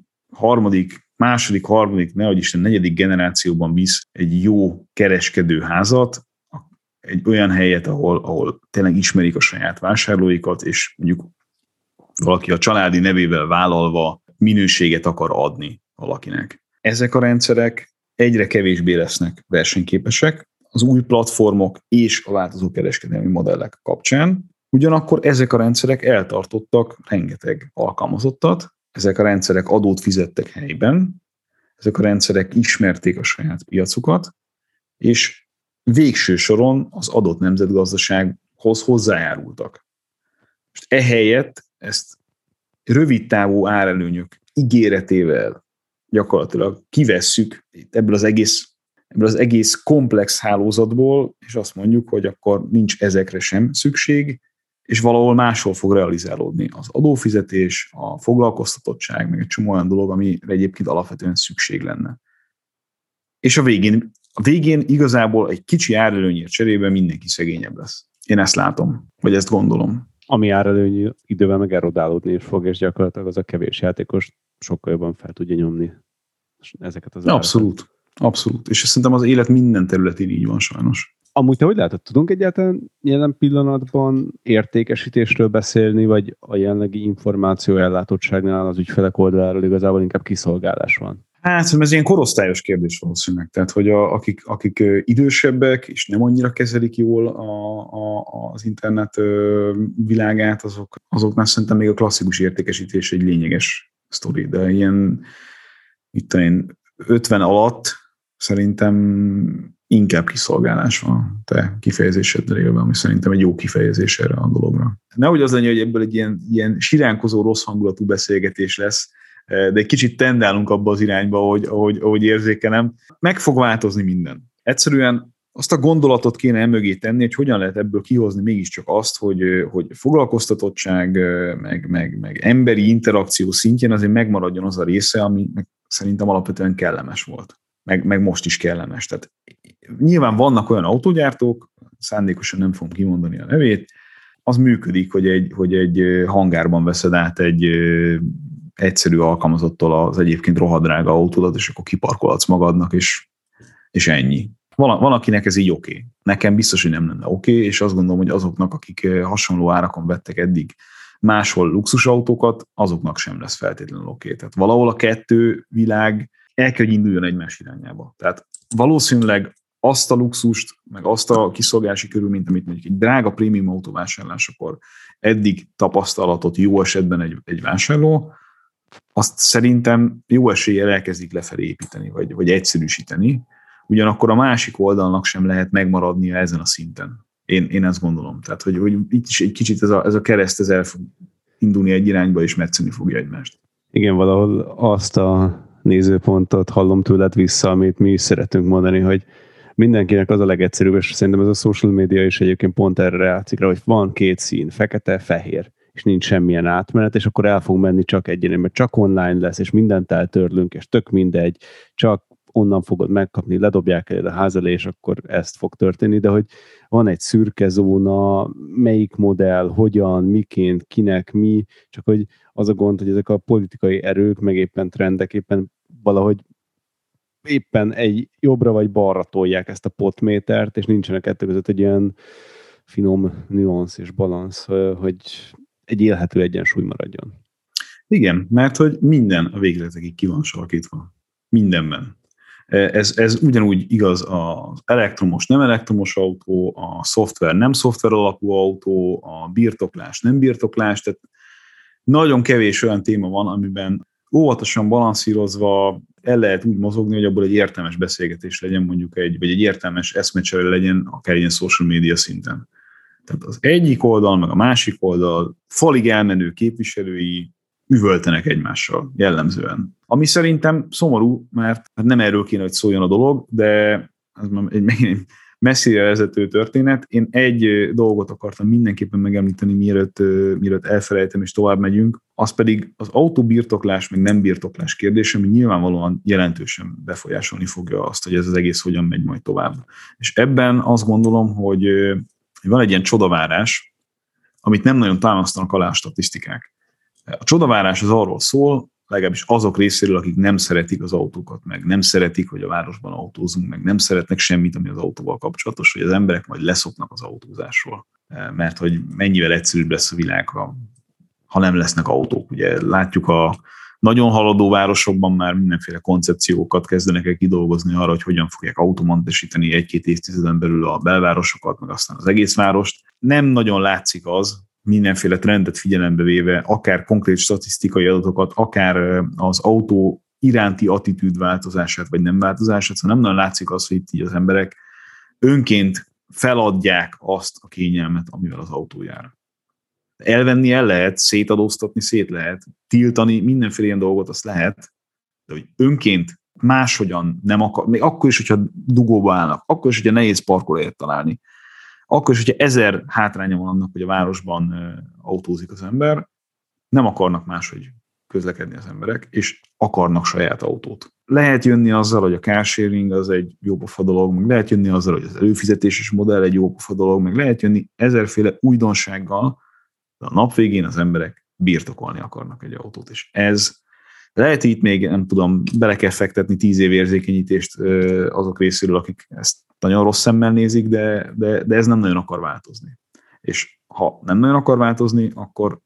[SPEAKER 4] második, nehogy Isten, negyedik generációban visz egy jó kereskedőházat, egy olyan helyet, ahol tényleg ismerik a saját vásárlóikat, és mondjuk valaki a családi nevével vállalva minőséget akar adni valakinek. Ezek a rendszerek egyre kevésbé lesznek versenyképesek az új platformok és a változó kereskedelmi modellek kapcsán. Ugyanakkor ezek a rendszerek eltartottak rengeteg alkalmazottat, ezek a rendszerek adót fizettek helyben, ezek a rendszerek ismerték a saját piacukat, és végső soron az adott nemzetgazdasághoz hozzájárultak. Most ehelyett ezt rövidtávú árelőnyök ígéretével gyakorlatilag kivesszük ebből az egész komplex hálózatból, és azt mondjuk, hogy akkor nincs ezekre sem szükség, és valahol máshol fog realizálódni az adófizetés, a foglalkoztatottság, meg egy csomó olyan dolog, amire egyébként alapvetően szükség lenne. És a végén igazából egy kicsi árelőnyért cserében mindenki szegényebb lesz. Én ezt látom, vagy ezt gondolom.
[SPEAKER 2] Ami árelőny idővel meg erodálódni is fog, és gyakorlatilag az a kevés játékos sokkal jobban fel tudja nyomni ezeket az árakat.
[SPEAKER 4] Abszolút. És szerintem az élet minden területén így van sajnos.
[SPEAKER 2] Amúgy te hogy látod, tudunk egyáltalán jelen pillanatban értékesítésről beszélni, vagy a jelenlegi információ ellátottságnál az ügyfelek oldaláról igazából inkább kiszolgálás van?
[SPEAKER 4] Hát, ez ilyen korosztályos kérdés valószínűleg. Tehát, hogy akik idősebbek, és nem annyira kezelik jól az internet világát, azoknál szerintem még a klasszikus értékesítés egy lényeges sztori. De ilyen, 50 alatt szerintem inkább kiszolgálás van te kifejezéseddel élve, ami szerintem egy jó kifejezés erre a dologra. Nehogy az legyen, hogy ebből egy ilyen siránkozó, rossz hangulatú beszélgetés lesz, de egy kicsit tendálunk abba az irányba, ahogy érzékelem. Meg fog változni minden. Egyszerűen azt a gondolatot kéne emögé tenni, hogy hogyan lehet ebből kihozni mégiscsak azt, hogy foglalkoztatottság, meg emberi interakció szintjén azért megmaradjon az a része, ami szerintem alapvetően kellemes volt. Meg most is kellemes. Tehát nyilván vannak olyan autógyártók, szándékosan nem fogom kimondani a nevét, az működik, hogy egy hangárban veszed át egy egyszerű alkalmazottól az egyébként rohadrága autódat, és akkor kiparkolhatsz magadnak, és ennyi. Van, akinek ez így oké. Nekem biztos, hogy nem lenne oké, és azt gondolom, hogy azoknak, akik hasonló árakon vettek eddig máshol luxusautókat, azoknak sem lesz feltétlenül oké. Tehát valahol a kettő világ el kell, hogy induljon egymás irányába. Tehát valószínűleg azt a luxust, meg azt a kiszolgálási körülményt, amit mondjuk egy drága prémium autóvásárlásakor eddig tapasztalatot jó esetben egy vásárló, azt szerintem jó eséllyel elkezdik lefelé építeni, vagy egyszerűsíteni. Ugyanakkor a másik oldalnak sem lehet megmaradnia ezen a szinten. Én ezt gondolom. Tehát, hogy itt is egy kicsit ez a kereszt el fog indulni egy irányba, és metszeni fogja egymást.
[SPEAKER 2] Igen, valahol azt a nézőpontot hallom tőled vissza, amit mi is szeretünk mondani, hogy mindenkinek az a legegyszerűbb, és szerintem ez a social media is egyébként pont erre játszik rá, hogy van két szín, fekete, fehér, és nincs semmilyen átmenet, és akkor el fog menni csak egy irányba, mert csak online lesz, és mindent eltörlünk, és tök mindegy, csak onnan fogod megkapni, ledobják el a ház elé, és akkor ezt fog történni, de hogy van egy szürke zóna, melyik modell, hogyan, miként, kinek, mi, csak hogy az a gond, hogy ezek a politikai erők, meg éppen trendek éppen valahogy éppen egy jobbra vagy balra tolják ezt a potmétert, és nincsenek kettő között egy ilyen finom nüansz és balansz, hogy egy élhető egyensúly maradjon.
[SPEAKER 4] Igen, mert hogy minden a végletekig ki van sarkítva. Mindenben. Ez ugyanúgy igaz az elektromos, nem elektromos autó, a szoftver, nem szoftver alapú autó, a birtoklás, nem birtoklás, tehát nagyon kevés olyan téma van, amiben óvatosan balanszírozva el lehet úgy mozogni, hogy abból egy értelmes beszélgetés legyen, mondjuk vagy egy értelmes eszmecsere legyen, akár ilyen social media szinten. Tehát az egyik oldal, meg a másik oldal falig elmenő képviselői üvöltenek egymással jellemzően. Ami szerintem szomorú, mert nem erről kéne, hogy szóljon a dolog, de ez egy messzire vezető történet. Én egy dolgot akartam mindenképpen megemlíteni, mielőtt elfelejtem és tovább megyünk, az pedig az autóbirtoklás, meg nem birtoklás kérdése, ami nyilvánvalóan jelentősen befolyásolni fogja azt, hogy ez az egész hogyan megy majd tovább. És ebben azt gondolom, hogy van egy ilyen csodavárás, amit nem nagyon támasztanak alá a statisztikák. A csodavárás az arról szól, legalábbis azok részéről, akik nem szeretik az autókat, meg nem szeretik, hogy a városban autózunk, meg nem szeretnek semmit, ami az autóval kapcsolatos, hogy az emberek majd leszoknak az autózásról, mert hogy mennyivel egyszerűbb lesz a világ, ha nem lesznek autók. Ugye látjuk a nagyon haladó városokban már mindenféle koncepciókat kezdenek el kidolgozni arra, hogy hogyan fogják automatosítani egy-két évtizeden belül a belvárosokat, meg aztán az egész várost. Nem nagyon látszik az, mindenféle trendet figyelembe véve, akár konkrét statisztikai adatokat, akár az autó iránti attitűd változását, vagy nem változását, szóval nem nagyon látszik az, hogy itt így az emberek önként feladják azt a kényelmet, amivel az autó jár. Elvenni el lehet, szétadóztatni szét lehet, tiltani, mindenféle ilyen dolgot azt lehet, de hogy önként máshogyan nem akar, még akkor is, hogyha dugóba állnak, akkor is, hogyha nehéz parkolóhelyet találni, akkor is, hogyha 1000 hátránya van annak, hogy a városban autózik az ember, nem akarnak máshogy közlekedni az emberek, és akarnak saját autót. Lehet jönni azzal, hogy a carsharing az egy jópofa dolog, meg lehet jönni azzal, hogy az előfizetéses modell egy jópofa dolog, meg lehet jönni ezerféle újdonsággal, de a nap végén az emberek birtokolni akarnak egy autót, és ez lehet itt még, nem tudom, bele kell fektetni 10 év érzékenyítést azok részéről, akik ezt nagyon rossz szemmel nézik, de ez nem nagyon akar változni. És ha nem nagyon akar változni, akkor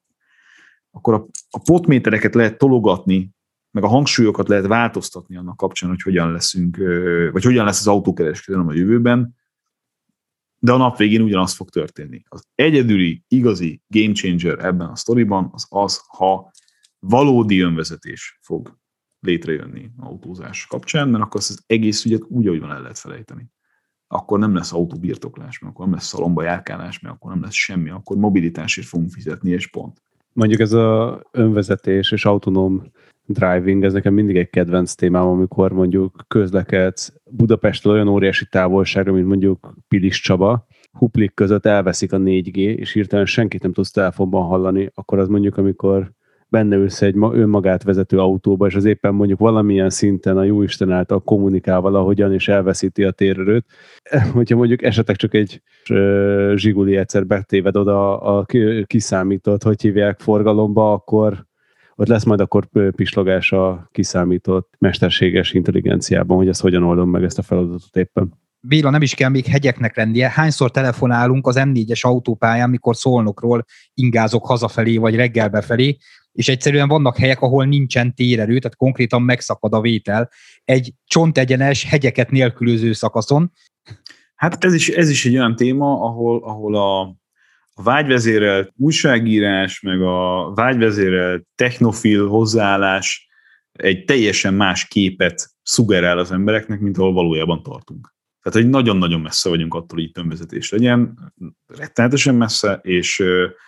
[SPEAKER 4] a potmétereket lehet tologatni, meg a hangsúlyokat lehet változtatni annak kapcsán, hogy hogyan leszünk, vagy hogyan lesz az autókereskedelem a jövőben, de a nap végén ugyanaz fog történni. Az egyedüli, igazi game changer ebben a sztoriban az, ha valódi önvezetés fog létrejönni autózás kapcsán, mert akkor az egész ügyet úgy, ahogy van, el lehet felejteni. Akkor nem lesz autóbirtoklás, mert akkor nem lesz szalomba járkálás, mert akkor nem lesz semmi, akkor mobilitásért fogunk fizetni, és pont.
[SPEAKER 2] Mondjuk ez az önvezetés és autonóm driving, ez nekem mindig egy kedvenc témám, amikor mondjuk közlekedsz Budapestről olyan óriási távolságra, mint mondjuk Pilis Csaba, Huplik között elveszik a 4G, és hirtelen senkit nem tudsz telefonban hallani, akkor az mondjuk, amikor benne ülsz egy önmagát vezető autóba, és az éppen mondjuk valamilyen szinten a jóisten által kommunikál valahogyan, és elveszíti a térerőt. Hogyha mondjuk esetleg csak egy zsiguli egyszer betéved oda a kiszámított, hogy hívják forgalomba, akkor ott lesz majd akkor pislogás a kiszámított mesterséges intelligenciában, hogy ezt hogyan oldom meg ezt a feladatot éppen.
[SPEAKER 3] Béla, nem is kell még hegyeknek lennie. Hányszor telefonálunk az M4-es autópályán, mikor Szolnokról ingázok hazafelé, vagy reggel befelé, és egyszerűen vannak helyek, ahol nincsen térerő, tehát konkrétan megszakad a vétel egy csontegyenes, hegyeket nélkülöző szakaszon.
[SPEAKER 4] Hát ez is egy olyan téma, ahol a vágyvezérelt újságírás, meg a vágyvezérelt technofil hozzáállás egy teljesen más képet szugerál az embereknek, mint ahol valójában tartunk. Tehát, hogy nagyon-nagyon messze vagyunk attól, hogy itt önvezetés legyen, rettenetesen messze, és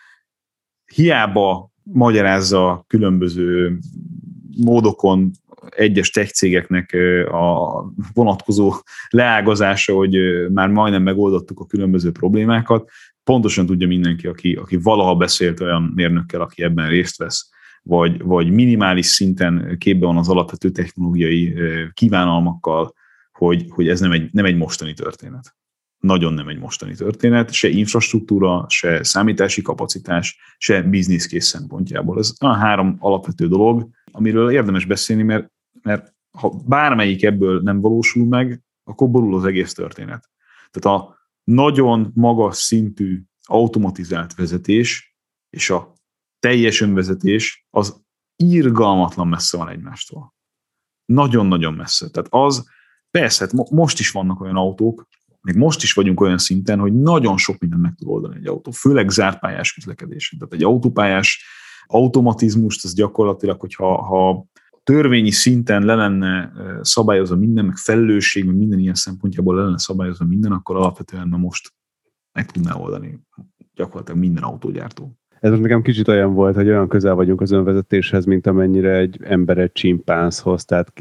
[SPEAKER 4] hiába magyarázza különböző módokon egyes tech cégeknek a vonatkozó leágazása, hogy már majdnem megoldottuk a különböző problémákat, pontosan tudja mindenki, aki valaha beszélt olyan mérnökkel, aki ebben részt vesz, vagy minimális szinten képben van az alapvető technológiai kívánalmakkal, hogy ez nem egy mostani történet. Nagyon nem egy mostani történet, se infrastruktúra, se számítási kapacitás, se business case szempontjából. Ez a 3 alapvető dolog, amiről érdemes beszélni, mert ha bármelyik ebből nem valósul meg, akkor borul az egész történet. Tehát a nagyon magas szintű automatizált vezetés és a teljes önvezetés az irgalmatlan messze van egymástól. Nagyon-nagyon messze. Tehát az, persze, most is vannak olyan autók, még most is vagyunk olyan szinten, hogy nagyon sok mindent meg tud oldani egy autó, főleg zártpályás közlekedésen. Tehát egy autópályás automatizmust, az gyakorlatilag, hogyha törvényi szinten le lenne szabályozva minden, meg felelősség, meg minden ilyen szempontjából le lenne szabályozva minden, akkor alapvetően most meg tudná oldani gyakorlatilag minden autógyártó.
[SPEAKER 2] Ez most nekem kicsit olyan volt, hogy olyan közel vagyunk az önvezetéshez, mint amennyire egy ember egy csimpánzhoz, tehát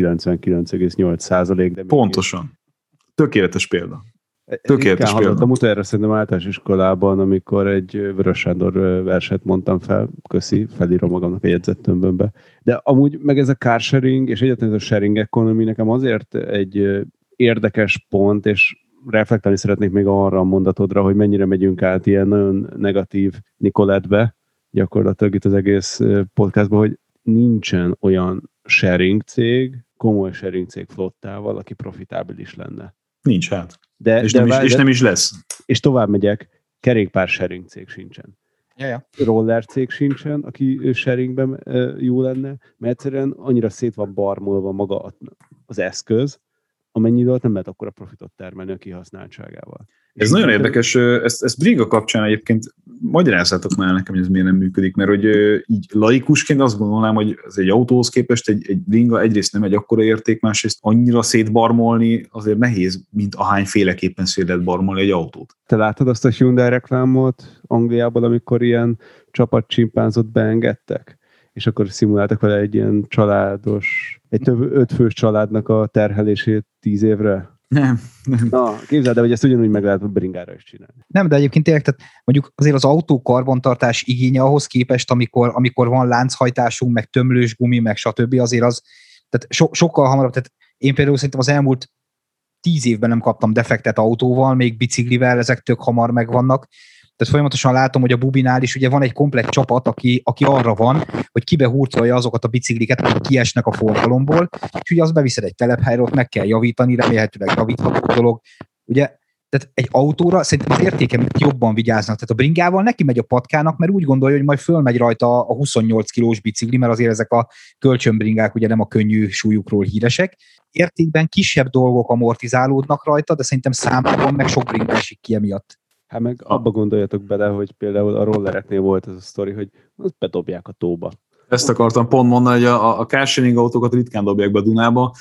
[SPEAKER 2] 99,8%. De
[SPEAKER 4] pontosan. Tökéletes példa. Tökéletes példa.
[SPEAKER 2] Hallottam utoljára szerintem általános iskolában, amikor egy Vörös Sándor verset mondtam fel, köszi, felírom magamnak a jegyzettömbömbe. De amúgy meg ez a carsharing, és egyáltalán ez a sharing economy nekem azért egy érdekes pont, és reflektálni szeretnék még arra a mondatodra, hogy mennyire megyünk át ilyen nagyon negatív Nicoletbe, gyakorlatilag itt az egész podcastban, hogy nincsen olyan sharing cég, komoly sharing cég flottával, aki profitábilis lenne.
[SPEAKER 4] Nincs hát. És nem is lesz.
[SPEAKER 2] És tovább megyek, kerékpár sharing cég sincsen.
[SPEAKER 3] Ja.
[SPEAKER 2] Roller cég sincsen, aki sharingben jó lenne, mert egyszerűen annyira szét van barmolva maga az eszköz, amennyiből nem lehet akkora profitot termelni a kihasználtságával.
[SPEAKER 4] Ez nagyon érdekes, ezt Bringa kapcsán egyébként magyarázzátok már nekem, hogy ez miért nem működik, mert hogy így laikusként azt gondolnám, hogy ez egy autóhoz képest egy Bringa egyrészt nem egy akkora érték, másrészt annyira szétbarmolni azért nehéz, mint ahányféleképpen szét lehet barmolni egy autót.
[SPEAKER 2] Te láttad azt a Hyundai reklámot Angliából, amikor ilyen csapatcsimpánzot beengedtek? És akkor szimuláltak vele egy ilyen családos, egy több 5 fős családnak a terhelését 10 évre?
[SPEAKER 4] Nem.
[SPEAKER 2] Na, képzeld el, hogy ezt ugyanúgy meg lehet a Bringára is csinálni.
[SPEAKER 3] Nem, de egyébként tényleg, tehát mondjuk azért az autó karbantartás igénye ahhoz képest, amikor van lánchajtásunk, meg tömlős gumi, meg stb. Azért az, tehát sokkal hamarabb, tehát én például szerintem az elmúlt 10 évben nem kaptam defektet autóval, még biciklivel, ezek tök hamar megvannak. Tehát folyamatosan látom, hogy a Bubinál is ugye van egy komplett csapat, aki arra van, hogy kibehurcolja azokat a bicikliket, akik kiesnek a forgalomból, és ugye azt beviszed egy telephelyre, ott meg kell javítani, remélhetőleg javítható dolog. Ugye, tehát egy autóra szerintem az értéke jobban vigyáznak. Tehát a Bringával neki megy a patkának, mert úgy gondolja, hogy majd fölmegy rajta a 28 kilós bicikli, mert azért ezek a kölcsönbringák ugye nem a könnyű súlyukról híresek. Értékben kisebb dolgok amortizálódnak rajta, de szerintem számában meg sok bringa esik ki emiatt.
[SPEAKER 2] Hát meg abba gondoljatok bele, hogy például a rollereknél volt ez a sztori, hogy azt bedobják a tóba.
[SPEAKER 4] Ezt akartam pont mondani, hogy a carsharing autókat ritkán dobják be a Dunába,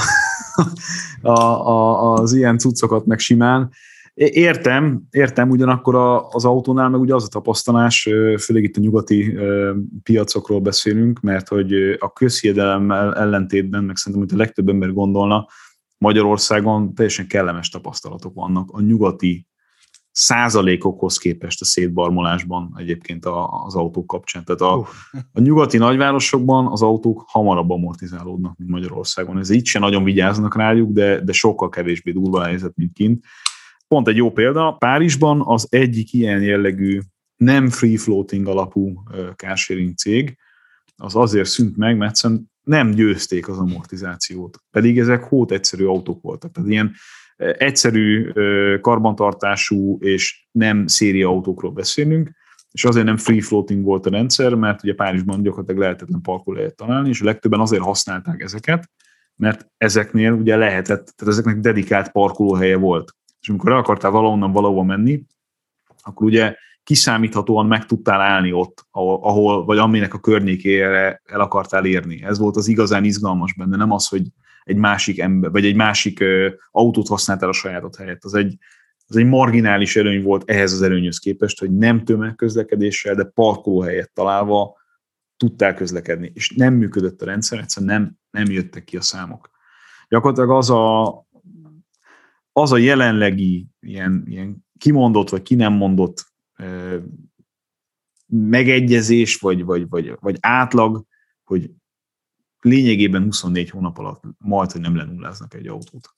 [SPEAKER 4] az ilyen cuccokat meg simán. Értem, ugyanakkor az autónál meg ugye az a tapasztalás, főleg itt a nyugati piacokról beszélünk, mert hogy a közhiedelemmel ellentétben, meg szerintem, hogy a legtöbb ember gondolna, Magyarországon teljesen kellemes tapasztalatok vannak a nyugati százalékokhoz képest a szétbarmolásban egyébként az autók kapcsán. Tehát a nyugati nagyvárosokban az autók hamarabb amortizálódnak, mint Magyarországon. Ez így sem nagyon vigyáznak rájuk, de sokkal kevésbé durva a helyzet, mint kint. Pont egy jó példa, Párizsban az egyik ilyen jellegű nem free-floating alapú carsharing cég, az azért szűnt meg, mert nem győzték az amortizációt. Pedig ezek hót egyszerű autók voltak. Tehát ilyen egyszerű karbantartású és nem szériaautókról beszélünk, és azért nem free-floating volt a rendszer, mert ugye Párizsban gyakorlatilag lehetetlen parkolóhelyet találni, és a legtöbben azért használták ezeket, mert ezeknél ugye lehetett, tehát ezeknek dedikált parkolóhelye volt. És amikor el akartál valahonnan valahova menni, akkor ugye kiszámíthatóan meg tudtál állni ott, ahol, vagy aminek a környékére el akartál érni. Ez volt az igazán izgalmas benne, nem az, hogy egy másik ember, vagy egy másik autót használtál a sajátot helyett. Az egy marginális előny volt ehhez az előnyhöz képest, hogy nem tömegközlekedéssel, de parkolóhelyet találva tudtál közlekedni. És nem működött a rendszer, egyszerűen nem jöttek ki a számok. Gyakorlatilag az a jelenlegi ilyen kimondott, vagy ki nem mondott megegyezés, vagy átlag, hogy lényegében 24 hónap alatt majd, hogy nem lenulláznak egy autót.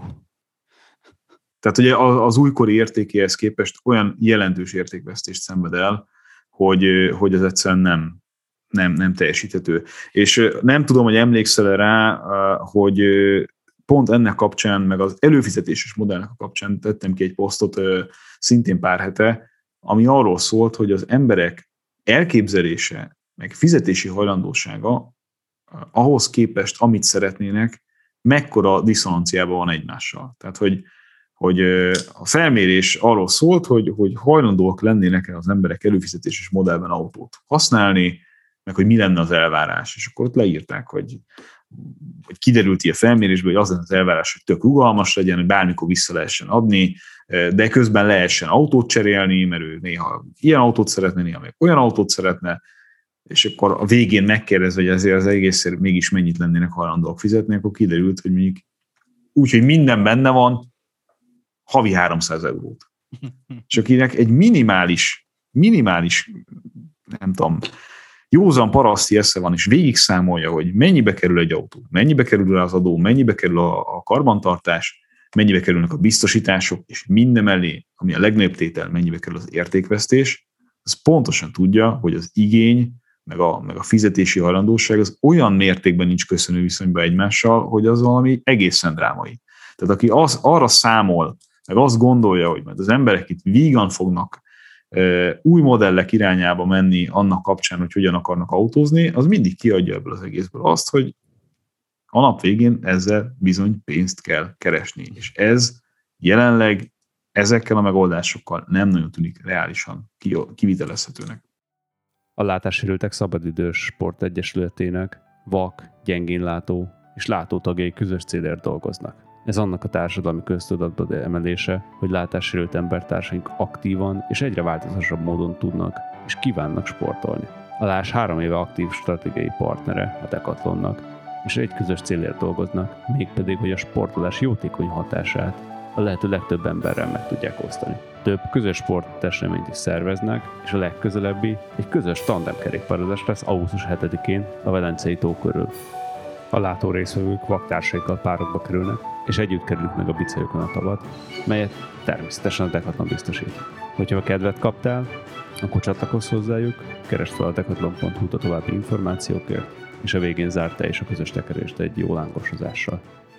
[SPEAKER 4] Tehát ugye az újkori értékéhez képest olyan jelentős értékvesztést szenved el, hogy ez egyszerűen nem teljesíthető. És nem tudom, hogy emlékszel rá, hogy pont ennek kapcsán, meg az előfizetéses modellnek a kapcsán tettem ki egy posztot szintén pár hete, ami arról szólt, hogy az emberek elképzelése, meg fizetési hajlandósága ahhoz képest, amit szeretnének, mekkora diszonanciában van egymással. Tehát, hogy a felmérés arról szólt, hogy hajlandóak lennének az emberek előfizetéses modellben autót használni, meg hogy mi lenne az elvárás. És akkor ott leírták, hogy kiderült ilyen felmérésből, hogy az lenne az elvárás, hogy tök rugalmas legyen, hogy bármikor vissza lehessen adni, de közben lehessen autót cserélni, mert ő néha ilyen autót szeretne, néha meg olyan autót szeretne, és akkor a végén megkérdezve, hogy ezért az egészért mégis mennyit lennének hajlandóak fizetni, akkor kiderült, hogy mondjuk úgy, hogy minden benne van, havi 300 eurót. És akinek egy minimális, nem tudom, józan paraszti esze van, és végig számolja, hogy mennyibe kerül egy autó, mennyibe kerül az adó, mennyibe kerül a karbantartás, mennyibe kerülnek a biztosítások, és minden mellé, ami a legnagyobb tétel, mennyibe kerül az értékvesztés, az pontosan tudja, hogy az igény, meg a fizetési hajlandóság az olyan mértékben nincs köszönő viszonyban egymással, hogy az valami egészen drámai. Tehát aki arra számol, meg azt gondolja, hogy majd az emberek itt vígan fognak új modellek irányába menni annak kapcsán, hogy hogyan akarnak autózni, az mindig kiadja ebből az egészből azt, hogy a nap végén ezzel bizony pénzt kell keresni. És ez jelenleg ezekkel a megoldásokkal nem nagyon tűnik reálisan kivitelezhetőnek.
[SPEAKER 2] A Látássérültek Szabadidős Sportegyesületének vak, gyengénlátó és látótagjai közös célért dolgoznak. Ez annak a társadalmi köztudatba emelése, hogy látássérült embertársaink aktívan és egyre változatosabb módon tudnak és kívánnak sportolni. A Lás 3 éve aktív stratégiai partnere a Decathlonnak, és egy közös célért dolgoznak, mégpedig, hogy a sportolás jótékony hatását a lehető legtöbb emberrel meg tudják osztani. Több közös sporteseményt is szerveznek, és a legközelebbi egy közös tandemkerékpározás lesz augusztus 7-én a Velencei tó körül. A látó résztvevők vaktársaikkal párokba kerülnek, és együtt kerülik meg a bicajokon a tavat, melyet természetesen a Decathlon biztosít. Hogyha a kedvet kaptál, akkor csatlakozz hozzájuk, keresd fel a decathlon.hu a további információkért, és a végén zárt te is a közös tekerést egy jó lángosozással.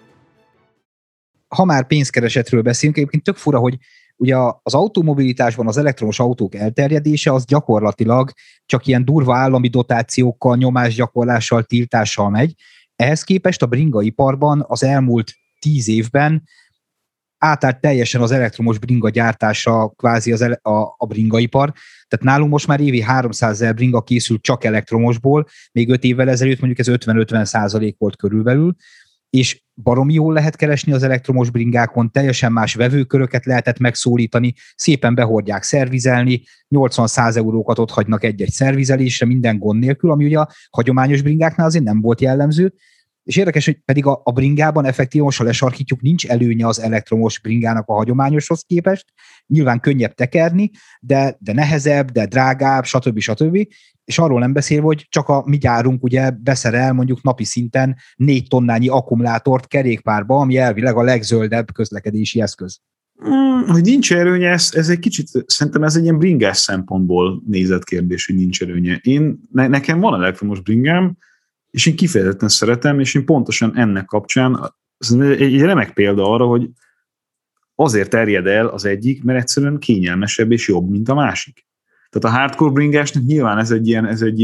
[SPEAKER 3] Ha már pénzkeresetről beszélünk, egyébként tök fura, hogy ugye az automobilitásban az elektromos autók elterjedése az gyakorlatilag csak ilyen durva állami dotációkkal, nyomásgyakorlással, tiltással megy. Ehhez képest a bringaiparban az elmúlt 10 évben átállt teljesen az elektromos bringa gyártásra kvázi a bringaipar. Tehát nálunk most már évi 300 000 bringa készül csak elektromosból, még 5 évvel ezelőtt mondjuk ez 50-50% volt körülbelül, és baromi jól lehet keresni az elektromos bringákon, teljesen más vevőköröket lehetett megszólítani, szépen behordják szervizelni, 80-100 eurókat ott hagynak egy-egy szervizelésre, minden gond nélkül, ami ugye a hagyományos bringáknál azért nem volt jellemző, és érdekes, hogy pedig a bringában effektív, most ha lesarkítjuk, nincs előnye az elektromos bringának a hagyományoshoz képest, nyilván könnyebb tekerni, de nehezebb, de drágább, stb. És arról nem beszélve, hogy csak a mi gyárunk ugye beszerel mondjuk napi szinten 4 tonnányi akkumulátort kerékpárba, ami elvileg a legzöldebb közlekedési eszköz.
[SPEAKER 4] Hogy nincs előnye, ez egy kicsit, szerintem ez egy ilyen bringás szempontból nézett kérdés, hogy nincs előnye. Nekem van elektromos bringám, és én kifejezetten szeretem, és én pontosan ennek kapcsán, egy remek példa arra, hogy azért terjed el az egyik, mert egyszerűen kényelmesebb és jobb, mint a másik. Tehát a hardcore bringásnak nyilván ez egy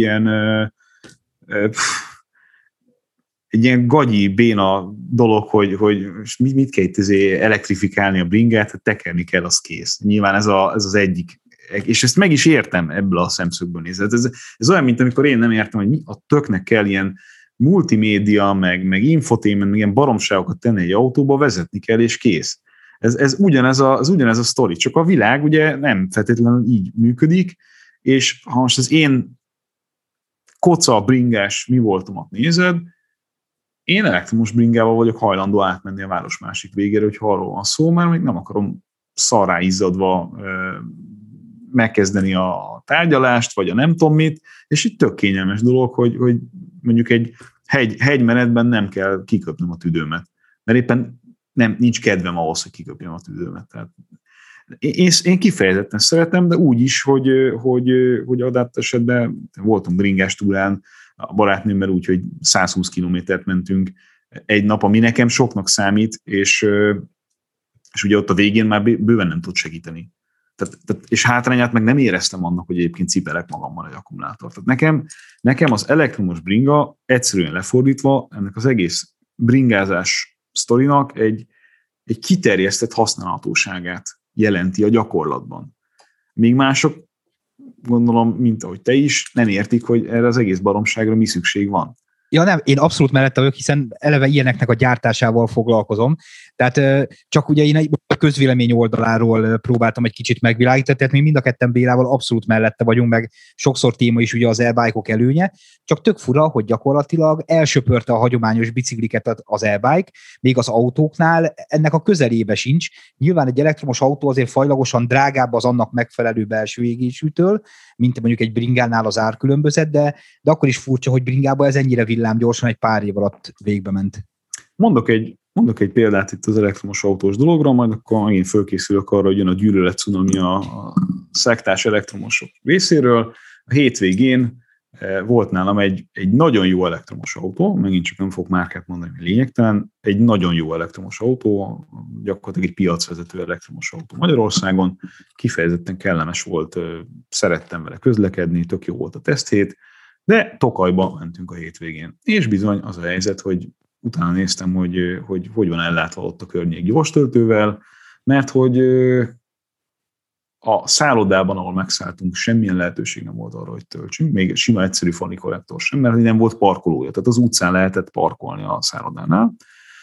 [SPEAKER 4] ilyen gagyi, béna dolog, hogy mit kell itt elektrifikálni a bringát, hát tekerni kell, az kész. Nyilván ez az egyik. És ezt meg is értem ebből a szemszögből nézve. Ez olyan, mint amikor én nem értem, hogy mi a töknek kell ilyen multimédia, meg infotainment, meg ilyen baromságokat tenni egy autóba, vezetni kell, és kész. Ez ugyanez a sztori, csak a világ ugye nem feltétlenül így működik, és ha most az én koca bringás mi voltomat nézed, én elektromos bringával vagyok hajlandó átmenni a város másik végére, hogy arról van szó, mert még nem akarom szarrá izzadva megkezdeni a tárgyalást, vagy a nem tudom mit, és itt tök kényelmes dolog, hogy mondjuk egy hegymenetben nem kell kiköpnöm a tüdőmet, mert éppen nincs kedvem ahhoz, hogy kiköpjem a tüdőmet. Tehát Én kifejezetten szeretem, de úgy is, hogy adott esetben voltunk bringás túrán a barátnőmmel úgy, hogy 120 kilométert mentünk egy nap, ami nekem soknak számít, és ugye ott a végén már bőven nem tud segíteni. És hátrányát meg nem éreztem annak, hogy egyébként cipelek magammal egy akkumulátort. Tehát nekem az elektromos bringa egyszerűen lefordítva ennek az egész bringázás sztorinak egy kiterjesztett használhatóságát jelenti a gyakorlatban. Míg mások, gondolom, mint ahogy te is, nem értik, hogy erre az egész baromságra mi szükség van.
[SPEAKER 3] Ja nem, én abszolút mellette vagyok, hiszen eleve ilyeneknek a gyártásával foglalkozom. Tehát csak ugye én a közvélemény oldaláról próbáltam egy kicsit megvilágítani, tehát mi mind a ketten Bélával abszolút mellette vagyunk, meg sokszor téma is ugye az e-bike-ok előnye, csak tök fura, hogy gyakorlatilag elsöpörte a hagyományos bicikliket az e-bike, még az autóknál ennek a közelébe sincs. Nyilván egy elektromos autó azért fajlagosan drágább az annak megfelelő belső égésűtől, mint mondjuk egy bringánál az árkülönbözet, de akkor is furcsa, hogy bringában ez ennyire villámgyorsan egy pár év alatt végbe ment.
[SPEAKER 4] Mondok egy példát itt az elektromos autós dologra, majd akkor megint fölkészülök arra, hogy jön a gyűlölet cunami a szektás elektromosok részéről. A hétvégén volt nálam egy nagyon jó elektromos autó, megint csak nem fogok márkát mondani, lényegtelen, egy nagyon jó elektromos autó, gyakorlatilag egy piacvezető elektromos autó Magyarországon, kifejezetten kellemes volt, szerettem vele közlekedni, tök jó volt a teszthét, de Tokajba mentünk a hétvégén. És bizony az a helyzet, hogy utána néztem, hogy van ellátva ott a környék gyorstöltővel, mert hogy a szállodában, ahol megszálltunk, semmilyen lehetőség nem volt arra, hogy töltsünk, még sima egyszerű fali konnektor sem, mert nem volt parkolója, tehát az utcán lehetett parkolni a szállodánál.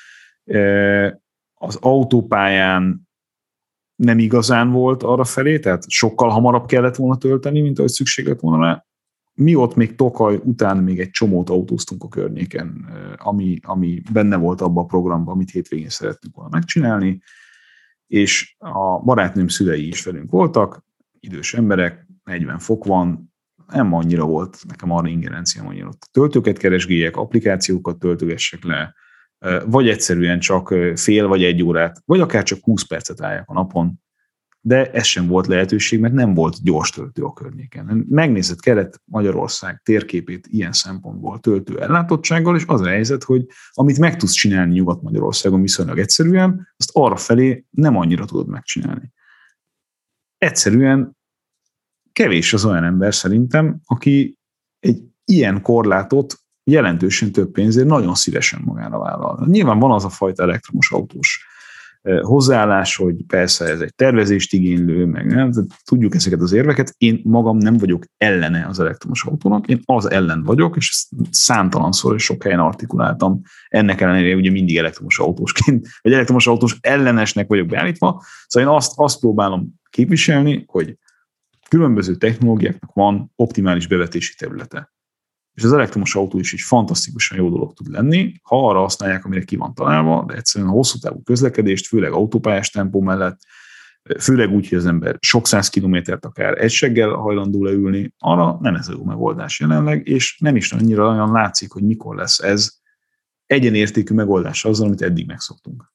[SPEAKER 4] Az autópályán nem igazán volt arra felé, tehát sokkal hamarabb kellett volna tölteni, mint ahogy szükség lett volna rá. Mi ott még Tokaj után még egy csomót autóztunk a környéken, ami benne volt abban a programban, amit hétvégén szerettünk volna megcsinálni, és a barátnőm szülei is velünk voltak, idős emberek, 40 fok van, nem annyira volt nekem arra ingerenciám, hogy ott töltőket keresgéljek, applikációkat töltögessek le, vagy egyszerűen csak fél vagy egy órát, vagy akár csak 20 percet álljak a napon, de ez sem volt lehetőség, mert nem volt gyors töltő a környéken. Megnézed Kelet-Magyarország térképét ilyen szempontból töltő ellátottsággal, és az a helyzet, hogy amit meg tudsz csinálni Nyugat-Magyarországon viszonylag egyszerűen, azt arrafelé nem annyira tudod megcsinálni. Egyszerűen kevés az olyan ember szerintem, aki egy ilyen korlátot jelentősen több pénzért nagyon szívesen magára vállal. Nyilván van az a fajta elektromos autós hozzáállás, hogy persze ez egy tervezést igénylő, meg nem, tudjuk ezeket az érveket. Én magam nem vagyok ellene az elektromos autónak, én az ellen vagyok, és ezt számtalanszor és sok helyen artikuláltam. Ennek ellenére ugye mindig elektromos autósként, vagy elektromos autós ellenesnek vagyok beállítva. Szóval én azt próbálom képviselni, hogy különböző technológiáknak van optimális bevetési területe. És az elektromos autó is egy fantasztikusan jó dolog tud lenni, ha arra használják, amire ki van találva, de egyszerűen a hosszú távú közlekedést, főleg autópályás tempó mellett, főleg úgy, hogy az ember sok száz kilométert akár egy seggel hajlandó leülni, arra nem ez a jó megoldás jelenleg, és nem is annyira olyan látszik, hogy mikor lesz ez egyenértékű megoldás azzal, amit eddig megszoktunk.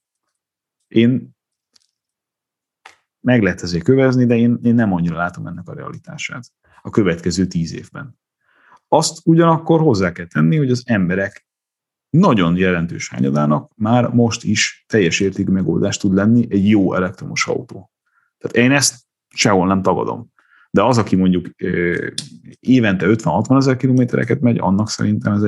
[SPEAKER 4] Meg lehet ezért kövezni, de én nem annyira látom ennek a realitását a következő 10 évben. Azt ugyanakkor hozzá kell tenni, hogy az emberek nagyon jelentős hányadának már most is teljes értékű megoldás tud lenni egy jó elektromos autó. Tehát én ezt sehol nem tagadom. De az, aki mondjuk évente 50-60 ezer kilométereket megy, annak szerintem ez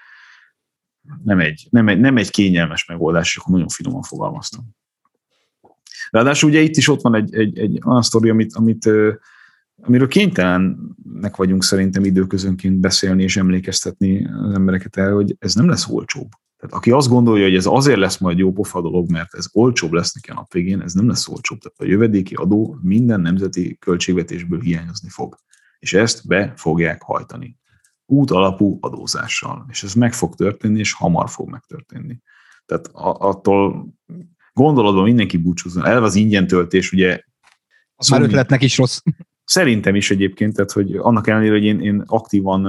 [SPEAKER 4] nem egy kényelmes megoldás, akkor nagyon finoman fogalmaztam. Ráadásul ugye itt is ott van egy olyan sztori, amiről kénytelenek vagyunk szerintem időközönként beszélni és emlékeztetni az embereket el, hogy ez nem lesz olcsóbb. Tehát aki azt gondolja, hogy ez azért lesz majd jó pofa dolog, mert ez olcsóbb lesz neki a nap végén, ez nem lesz olcsóbb. Tehát a jövedéki adó minden nemzeti költségvetésből hiányozni fog. És ezt be fogják hajtani. Út alapú adózással. És ez meg fog történni, és hamar fog megtörténni. Tehát attól gondolatban mindenki búcsúzzon. Elve az ingyen töltés, ugye...
[SPEAKER 3] Az már ötletnek is rossz.
[SPEAKER 4] Szerintem is egyébként, tehát hogy annak ellenére, hogy én aktívan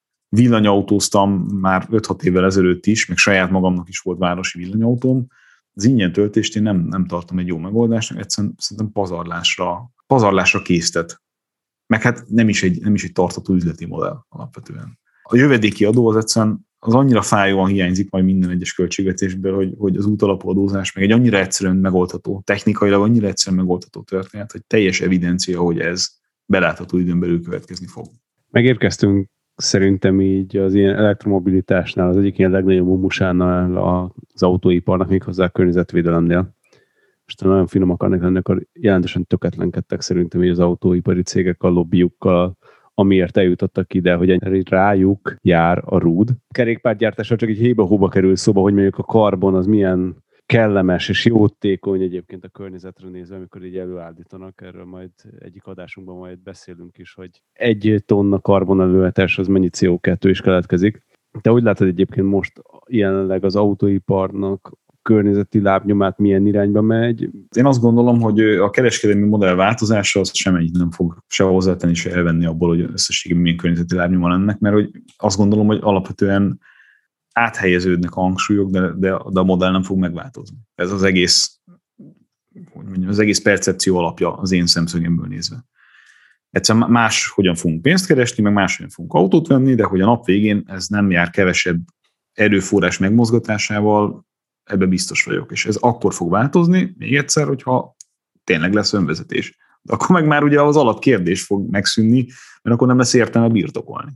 [SPEAKER 4] villanyautóztam már 5-6 évvel ezelőtt is, meg saját magamnak is volt városi villanyautóm, az ingyen töltést én nem tartom egy jó megoldásnak, egyszerűen szerintem pazarlásra késztet. Meg hát nem is egy tartató üzleti modell alapvetően. A jövedéki adó az egyszerűen az annyira fájóan hiányzik majd minden egyes költségvetésből, hogy az útalapú adózás meg egy annyira egyszerűen megoldható, technikailag annyira egyszerűen megoldható történet, hogy teljes evidencia, hogy ez belátható időn belül következni fog.
[SPEAKER 2] Megérkeztünk szerintem így az ilyen elektromobilitásnál, az egyik ilyen legnagyobb mumusánál az autóiparnak, méghozzá a környezetvédelemnél. Most nagyon finom akarnak lenni, akkor jelentősen töketlenkedtek szerintem így az autóipari cégek a lobbyukkal, amiért eljutottak ide, hogy rájuk jár a rúd. A kerékpárgyártásra csak egy hébe-hóba kerül szóba, hogy mondjuk a karbon az milyen kellemes és jótékony egyébként a környezetre nézve, amikor így előállítanak. Erről majd egyik adásunkban majd beszélünk is, hogy 1 tonna karbon előállítás az mennyi CO2 is keletkezik. Te úgy látod egyébként most jelenleg az autóiparnak környezeti lábnyomát milyen irányba megy?
[SPEAKER 4] Én azt gondolom, hogy a kereskedelmi modell változása az semmennyit nem fog se hozzátenni, se elvenni abból, hogy összességében milyen környezeti lábnyoma lennek, mert hogy azt gondolom, hogy alapvetően áthelyeződnek a hangsúlyok, de a modell nem fog megváltozni. Ez az egész, az egész percepció alapja az én szemszögemből nézve. Egyszerűen más, hogyan fogunk pénzt keresni, meg más, hogyan fogunk autót venni, de hogy a nap végén ez nem jár kevesebb erőforrás megmozgatásával, ebbe biztos vagyok. És ez akkor fog változni, még egyszer, hogyha tényleg lesz önvezetés. De akkor meg már ugye az alapkérdés fog megszűnni, mert akkor nem lesz értelme birtokolni.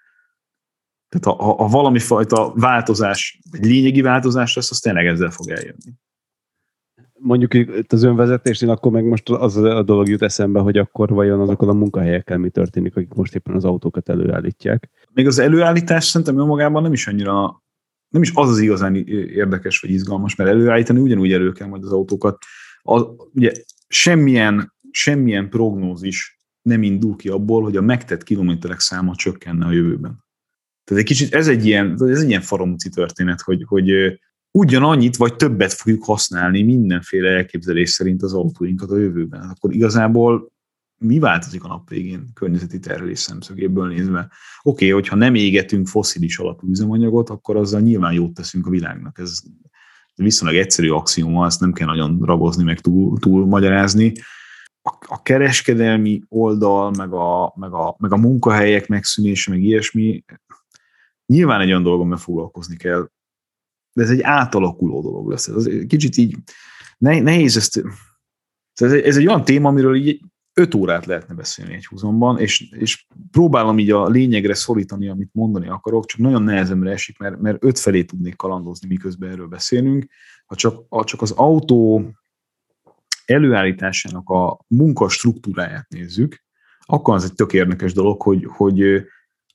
[SPEAKER 4] Tehát ha valami fajta változás, egy lényegi változás lesz, az tényleg ezzel fog eljönni.
[SPEAKER 2] Mondjuk itt az önvezetésnél, akkor meg most az a dolog jut eszembe, hogy akkor vajon azokkal a munkahelyekkel mi történik, akik most éppen az autókat előállítják.
[SPEAKER 4] Még az előállítás szerintem önmagában nem is az igazán érdekes vagy izgalmas, mert előállítani ugyanúgy elő kell majd az autókat. Ugye semmilyen prognózis nem indul ki abból, hogy a megtett kilométerek száma csökkenne a jövőben. Tehát egy kicsit ez egy ilyen faramúci történet, hogy ugyanannyit vagy többet fogjuk használni mindenféle elképzelés szerint az autóinkat a jövőben. Akkor igazából mi változik a nap végén környezeti terhelés szemszögéből nézve? Oké, hogyha nem égetünk fosszilis alapú üzemanyagot, akkor azzal nyilván jót teszünk a világnak. Ez viszonylag egyszerű axioma, ezt nem kell nagyon ragozni, meg túl magyarázni. A kereskedelmi oldal, meg a munkahelyek megszűnése, meg ilyesmi, nyilván egy olyan dolgon, mert foglalkozni kell, de ez egy átalakuló dolog lesz. Ez kicsit így nehéz ezt. Ez egy olyan téma, amiről így 5 órát lehetne beszélni egy húzomban, és próbálom így a lényegre szorítani, amit mondani akarok, csak nagyon nehezemre esik, mert 5 felé tudnék kalandozni, miközben erről beszélünk. Ha csak az autó előállításának a munkastruktúráját nézzük, akkor az egy tök érdekes dolog, hogy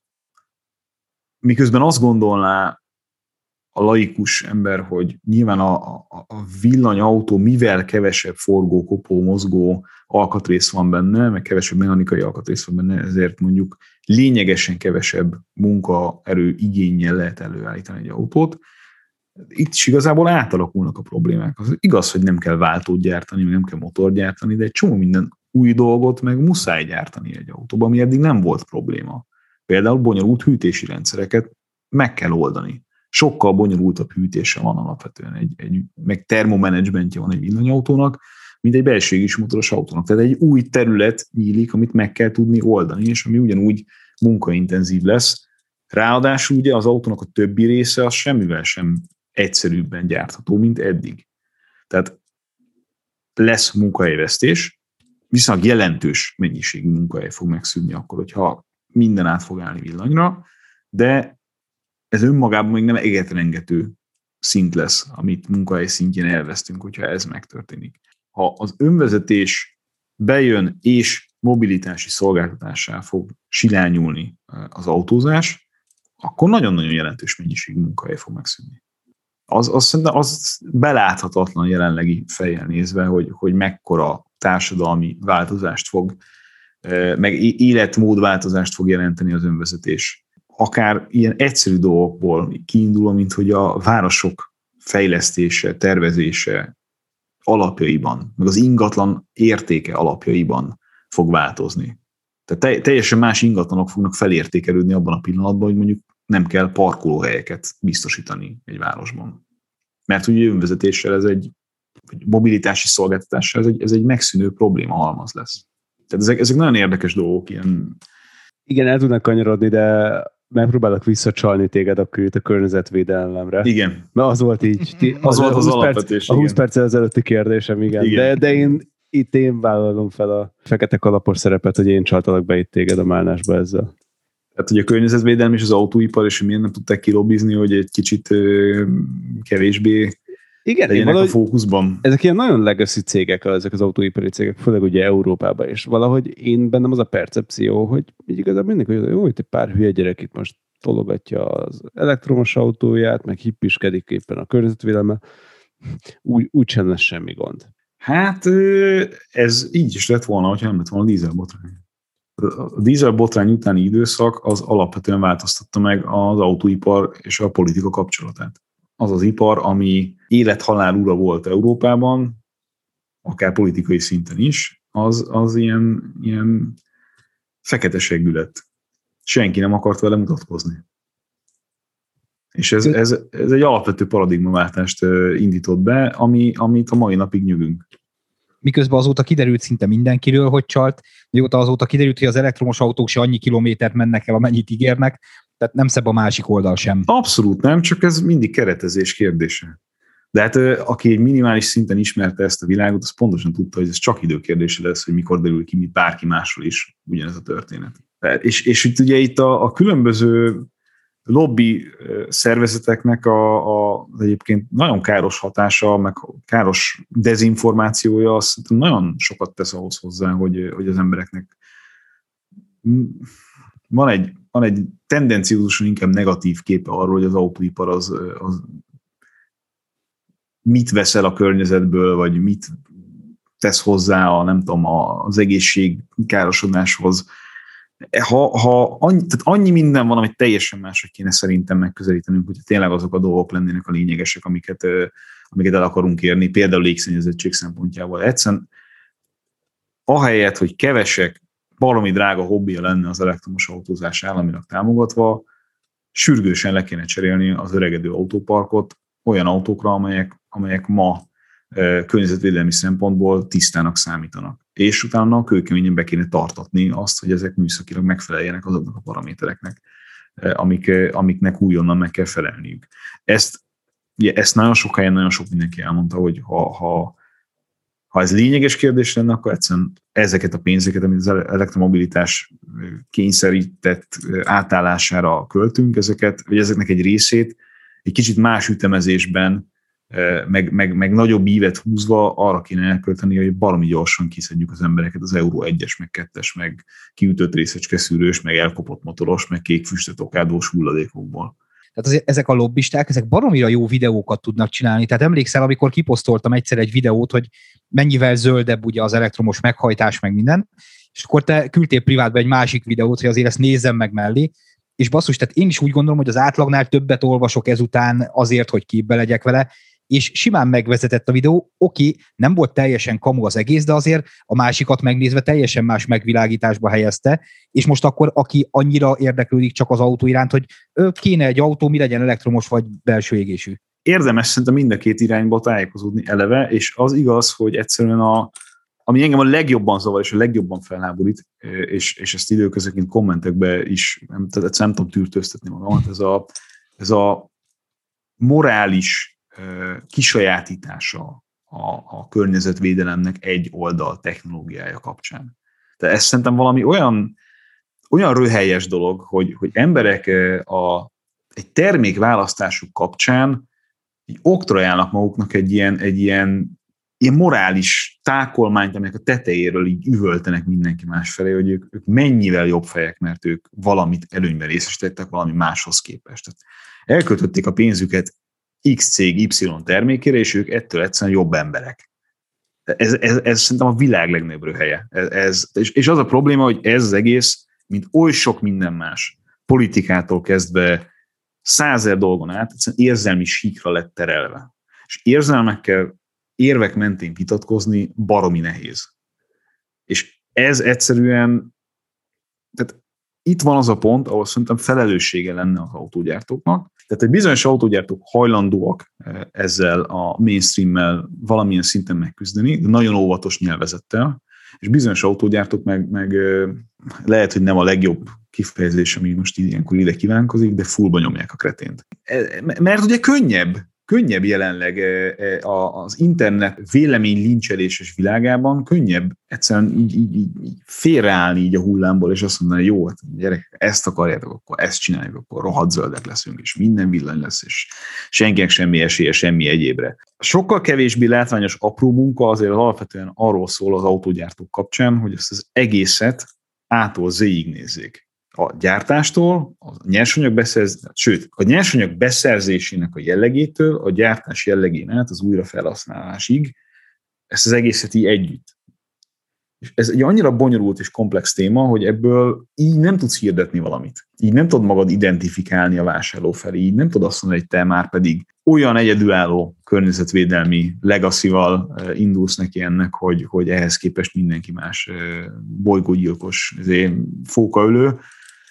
[SPEAKER 4] miközben azt gondolná a laikus ember, hogy nyilván a villanyautó mivel kevesebb forgó, kopó, mozgó alkatrész van benne, meg kevesebb mechanikai alkatrész van benne, ezért mondjuk lényegesen kevesebb munkaerő igénnyel lehet előállítani egy autót. Itt is igazából átalakulnak a problémák. Az igaz, hogy nem kell váltót gyártani, meg nem kell motort gyártani, de egy csomó minden új dolgot meg muszáj gyártani egy autóban, ami eddig nem volt probléma. Például bonyolult hűtési rendszereket meg kell oldani. Sokkal bonyolultabb hűtése van alapvetően, meg termomenedzsmentje van egy villanyautónak, mint egy belső égésű motoros autónak. Tehát egy új terület nyílik, amit meg kell tudni oldani, és ami ugyanúgy munkaintenzív lesz. Ráadásul ugye az autónak a többi része az semmivel sem egyszerűbben gyártható, mint eddig. Tehát lesz munkahelyvesztés, viszont jelentős mennyiségű munkahely fog megszűnni akkor, hogyha minden át fog állni villanyra, de ez önmagában még nem egetrengető szint lesz, amit munkahely szintjén elvesztünk, hogyha ez megtörténik. Ha az önvezetés bejön és mobilitási szolgáltatássá fog silányulni az autózás, akkor nagyon-nagyon jelentős mennyiségű munkahely fog megszűnni. Az beláthatatlan jelenlegi fejjel nézve, hogy mekkora társadalmi változást fog, meg életmódváltozást fog jelenteni az önvezetés. Akár ilyen egyszerű dolgokból kiindulva, mint hogy a városok fejlesztése, tervezése alapjaiban, meg az ingatlan értéke alapjaiban fog változni. Tehát teljesen más ingatlanok fognak felértékelődni abban a pillanatban, hogy mondjuk nem kell parkolóhelyeket biztosítani egy városban. Mert ugye önvezetéssel ez egy mobilitási szolgáltatása, ez egy megszűnő probléma halmaz lesz. Tehát ezek nagyon érdekes dolgok, ilyen...
[SPEAKER 2] Igen, el tudnak kanyarodni, de megpróbálok visszacsalni téged akkor itt a környezetvédelemre.
[SPEAKER 4] Igen.
[SPEAKER 2] Mert az volt így.
[SPEAKER 4] Az volt az alapvetés,
[SPEAKER 2] a 20 perccel ezelőtti kérdésem, igen. De én vállalom fel a fekete kalapos szerepet, hogy én csaltalak be itt téged a málnásba ezzel.
[SPEAKER 4] Tehát, hogy a környezetvédelem és az autóipar, és miért nem tudták kilobbizni, hogy egy kicsit kevésbé legyenek a fókuszban.
[SPEAKER 2] Ezek ilyen nagyon legacy cégek, ezek az autóipari cégek, főleg ugye Európában, és valahogy én bennem az a percepció, hogy igazából mindenki, hogy jó, hogy egy pár hülye gyerek itt most tologatja az elektromos autóját, meg hippiskedik éppen a környezetvédelemmel, úgy sem lesz semmi gond.
[SPEAKER 4] Hát ez így is lett volna, hogyha nem lett volna a dízelbotrány. A dízelbotrány utáni időszak az alapvetően változtatta meg az autóipar és a politika kapcsolatát. Az az ipar, ami élet-halál ura volt Európában, akár politikai szinten is, az ilyen fekete seggű lett. Senki nem akart vele mutatkozni. És ez egy alapvető paradigmaváltást indított be, amit a mai napig nyögünk.
[SPEAKER 3] Miközben azóta kiderült szinte mindenkiről, hogy csalt, mióta azóta kiderült, hogy az elektromos autók se annyi kilométert mennek el, amennyit ígérnek, tehát nem szebb a másik oldal sem.
[SPEAKER 4] Abszolút nem, csak ez mindig keretezés kérdése. De hát aki egy minimális szinten ismerte ezt a világot, az pontosan tudta, hogy ez csak időkérdése lesz, hogy mikor derül ki bárki másról is ugyanez a történet. És itt ugye itt a különböző lobby szervezeteknek az egyébként nagyon káros hatása, meg káros dezinformációja, azt nagyon sokat tesz ahhoz hozzá, hogy az embereknek van egy tendenciózusan inkább negatív képe arról, hogy az autóipar az mit veszel a környezetből, vagy mit tesz hozzá az egészség károsodáshoz. Tehát annyi minden van, amit teljesen máshogy kéne szerintem megközelítenünk, hogyha tényleg azok a dolgok lennének a lényegesek, amiket el akarunk érni, például légszennyezettség szempontjából. Egyszerűen ahelyett, hogy kevesek, baromi drága hobbija lenne az elektromos autózás államilag támogatva, sürgősen le kéne cserélni az öregedő autóparkot olyan autókra, amelyek ma környezetvédelmi szempontból tisztának számítanak. És utána kőkeményen be kéne tartatni azt, hogy ezek műszakilag megfeleljenek azoknak a paramétereknek, amiknek újonnan meg kell felelniük. Ezt nagyon sok helyen, nagyon sok mindenki elmondta, hogy ha ez lényeges kérdés lenne, akkor egyszerűen ezeket a pénzeket, amit az elektromobilitás kényszerített átállására költünk, ezeknek egy részét egy kicsit más ütemezésben, meg nagyobb ívet húzva arra kéne elkölteni, hogy baromi gyorsan kiszedjük az embereket az Euro 1-es, meg 2-es, meg kiütött részecske szűrős, meg elkopott motoros, meg kék füstöt okádós hulladékokból.
[SPEAKER 3] Tehát azért ezek a lobbisták, ezek baromira jó videókat tudnak csinálni. Tehát emlékszel, amikor kiposztoltam egyszer egy videót, hogy mennyivel zöldebb ugye az elektromos meghajtás, meg minden, és akkor te küldtél privátba egy másik videót, hogy azért ezt nézzem meg mellé, és basszus, tehát én is úgy gondolom, hogy az átlagnál többet olvasok ezután azért, hogy képbe legyek vele, és simán megvezetett a videó, oké, nem volt teljesen kamu az egész, de azért a másikat megnézve teljesen más megvilágításba helyezte, és most akkor, aki annyira érdeklődik csak az autó iránt, hogy kéne egy autó, mi legyen elektromos vagy belső égésű.
[SPEAKER 4] Érdemes szerintem mind a két irányba tájékozódni eleve, és az igaz, hogy egyszerűen ami engem a legjobban zavar, és a legjobban felháborít, és ezt időközönként kommentekbe is, nem tudom tűrtőztetni magamat, ez a morális kisajátítása a környezetvédelemnek egy oldal technológiája kapcsán. De ez szerintem valami olyan röhelyes dolog, hogy emberek egy termékválasztásuk kapcsán így oktrojálnak maguknak egy ilyen morális tákolmányt, amelyek a tetejéről így üvöltenek mindenki más felé, hogy ők mennyivel jobb fejek, mert ők valamit előnyben részesítettek valami máshoz képest. Tehát elköltötték a pénzüket X cég Y termékére, és ők ettől egyszerűen jobb emberek. Ez szerintem a világ legnagyobb röhelye. És az a probléma, hogy ez az egész, mint oly sok minden más, politikától kezdve 100 000 dolgon át, egyszerűen érzelmi síkra lett terelve. És érzelmekkel, érvek mentén vitatkozni baromi nehéz. És ez egyszerűen, tehát itt van az a pont, ahol szerintem felelőssége lenne az autógyártóknak. Tehát, hogy bizonyos autógyártók hajlandóak ezzel a mainstreammel valamilyen szinten megküzdeni, de nagyon óvatos nyelvezettel, és bizonyos autógyártók meg lehet, hogy nem a legjobb kifejezés, ami most ilyenkor ide kívánkozik, de fullba nyomják a kretént. Mert ugye könnyebb jelenleg az internet véleménylincseléses világában, könnyebb egyszerűen így félreállni így a hullámból, és azt mondani, jó, hát gyerek, ezt akarjátok, akkor ezt csináljuk, akkor rohadt zöldek leszünk, és minden villany lesz, és senkinek semmi esélye, semmi egyébre. Sokkal kevésbé látványos apró munka azért alapvetően arról szól az autógyártók kapcsán, hogy ezt az egészet A-tól Z-ig nézzék. A gyártástól, a nyersanyag a nyersanyag beszerzésének a jellegétől, a gyártás jellegén át az újrafelhasználásig, ezt az egészet így együtt. És ez egy annyira bonyolult és komplex téma, hogy ebből így nem tudsz hirdetni valamit. Így nem tudod magad identifikálni a vásárló felé, így nem tudod azt mondani, hogy te már pedig olyan egyedülálló környezetvédelmi legacy-val indulsz neki ennek, hogy ehhez képest mindenki más bolygógyilkos fókaölő.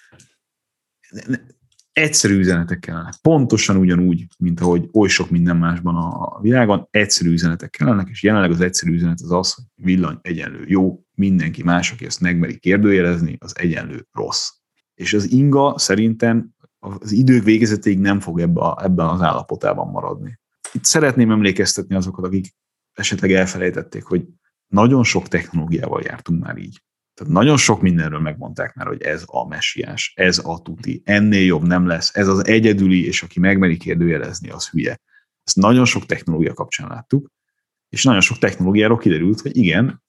[SPEAKER 4] Egyszerű üzenetek kellenek. Pontosan ugyanúgy, mint ahogy oly sok minden másban a világon, egyszerű üzenetek kellenek, és jelenleg az egyszerű üzenet az, hogy villany egyenlő jó, mindenki más, aki ezt megmeri kérdőjelezni, az egyenlő rossz. És az inga szerintem az idők végezetéig nem fog ebben az állapotában maradni. Itt szeretném emlékeztetni azokat, akik esetleg elfelejtették, hogy nagyon sok technológiával jártunk már így. Tehát nagyon sok mindenről megmondták már, hogy ez a messiás, ez a tuti, ennél jobb nem lesz, ez az egyedüli, és aki megmeri kérdőjelezni, az hülye. Ezt nagyon sok technológia kapcsán láttuk, és nagyon sok technológiáról kiderült, hogy igen,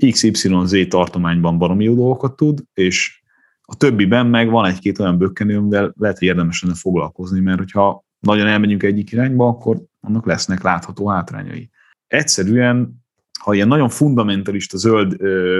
[SPEAKER 4] XYZ tartományban baromi jó dolgokat tud, és a többiben meg van egy-két olyan bökkenő, amivel lehet, hogy érdemes lenne foglalkozni, mert hogyha nagyon elmegyünk egyik irányba, akkor annak lesznek látható hátrányai. Egyszerűen, ha ilyen nagyon fundamentalista zöld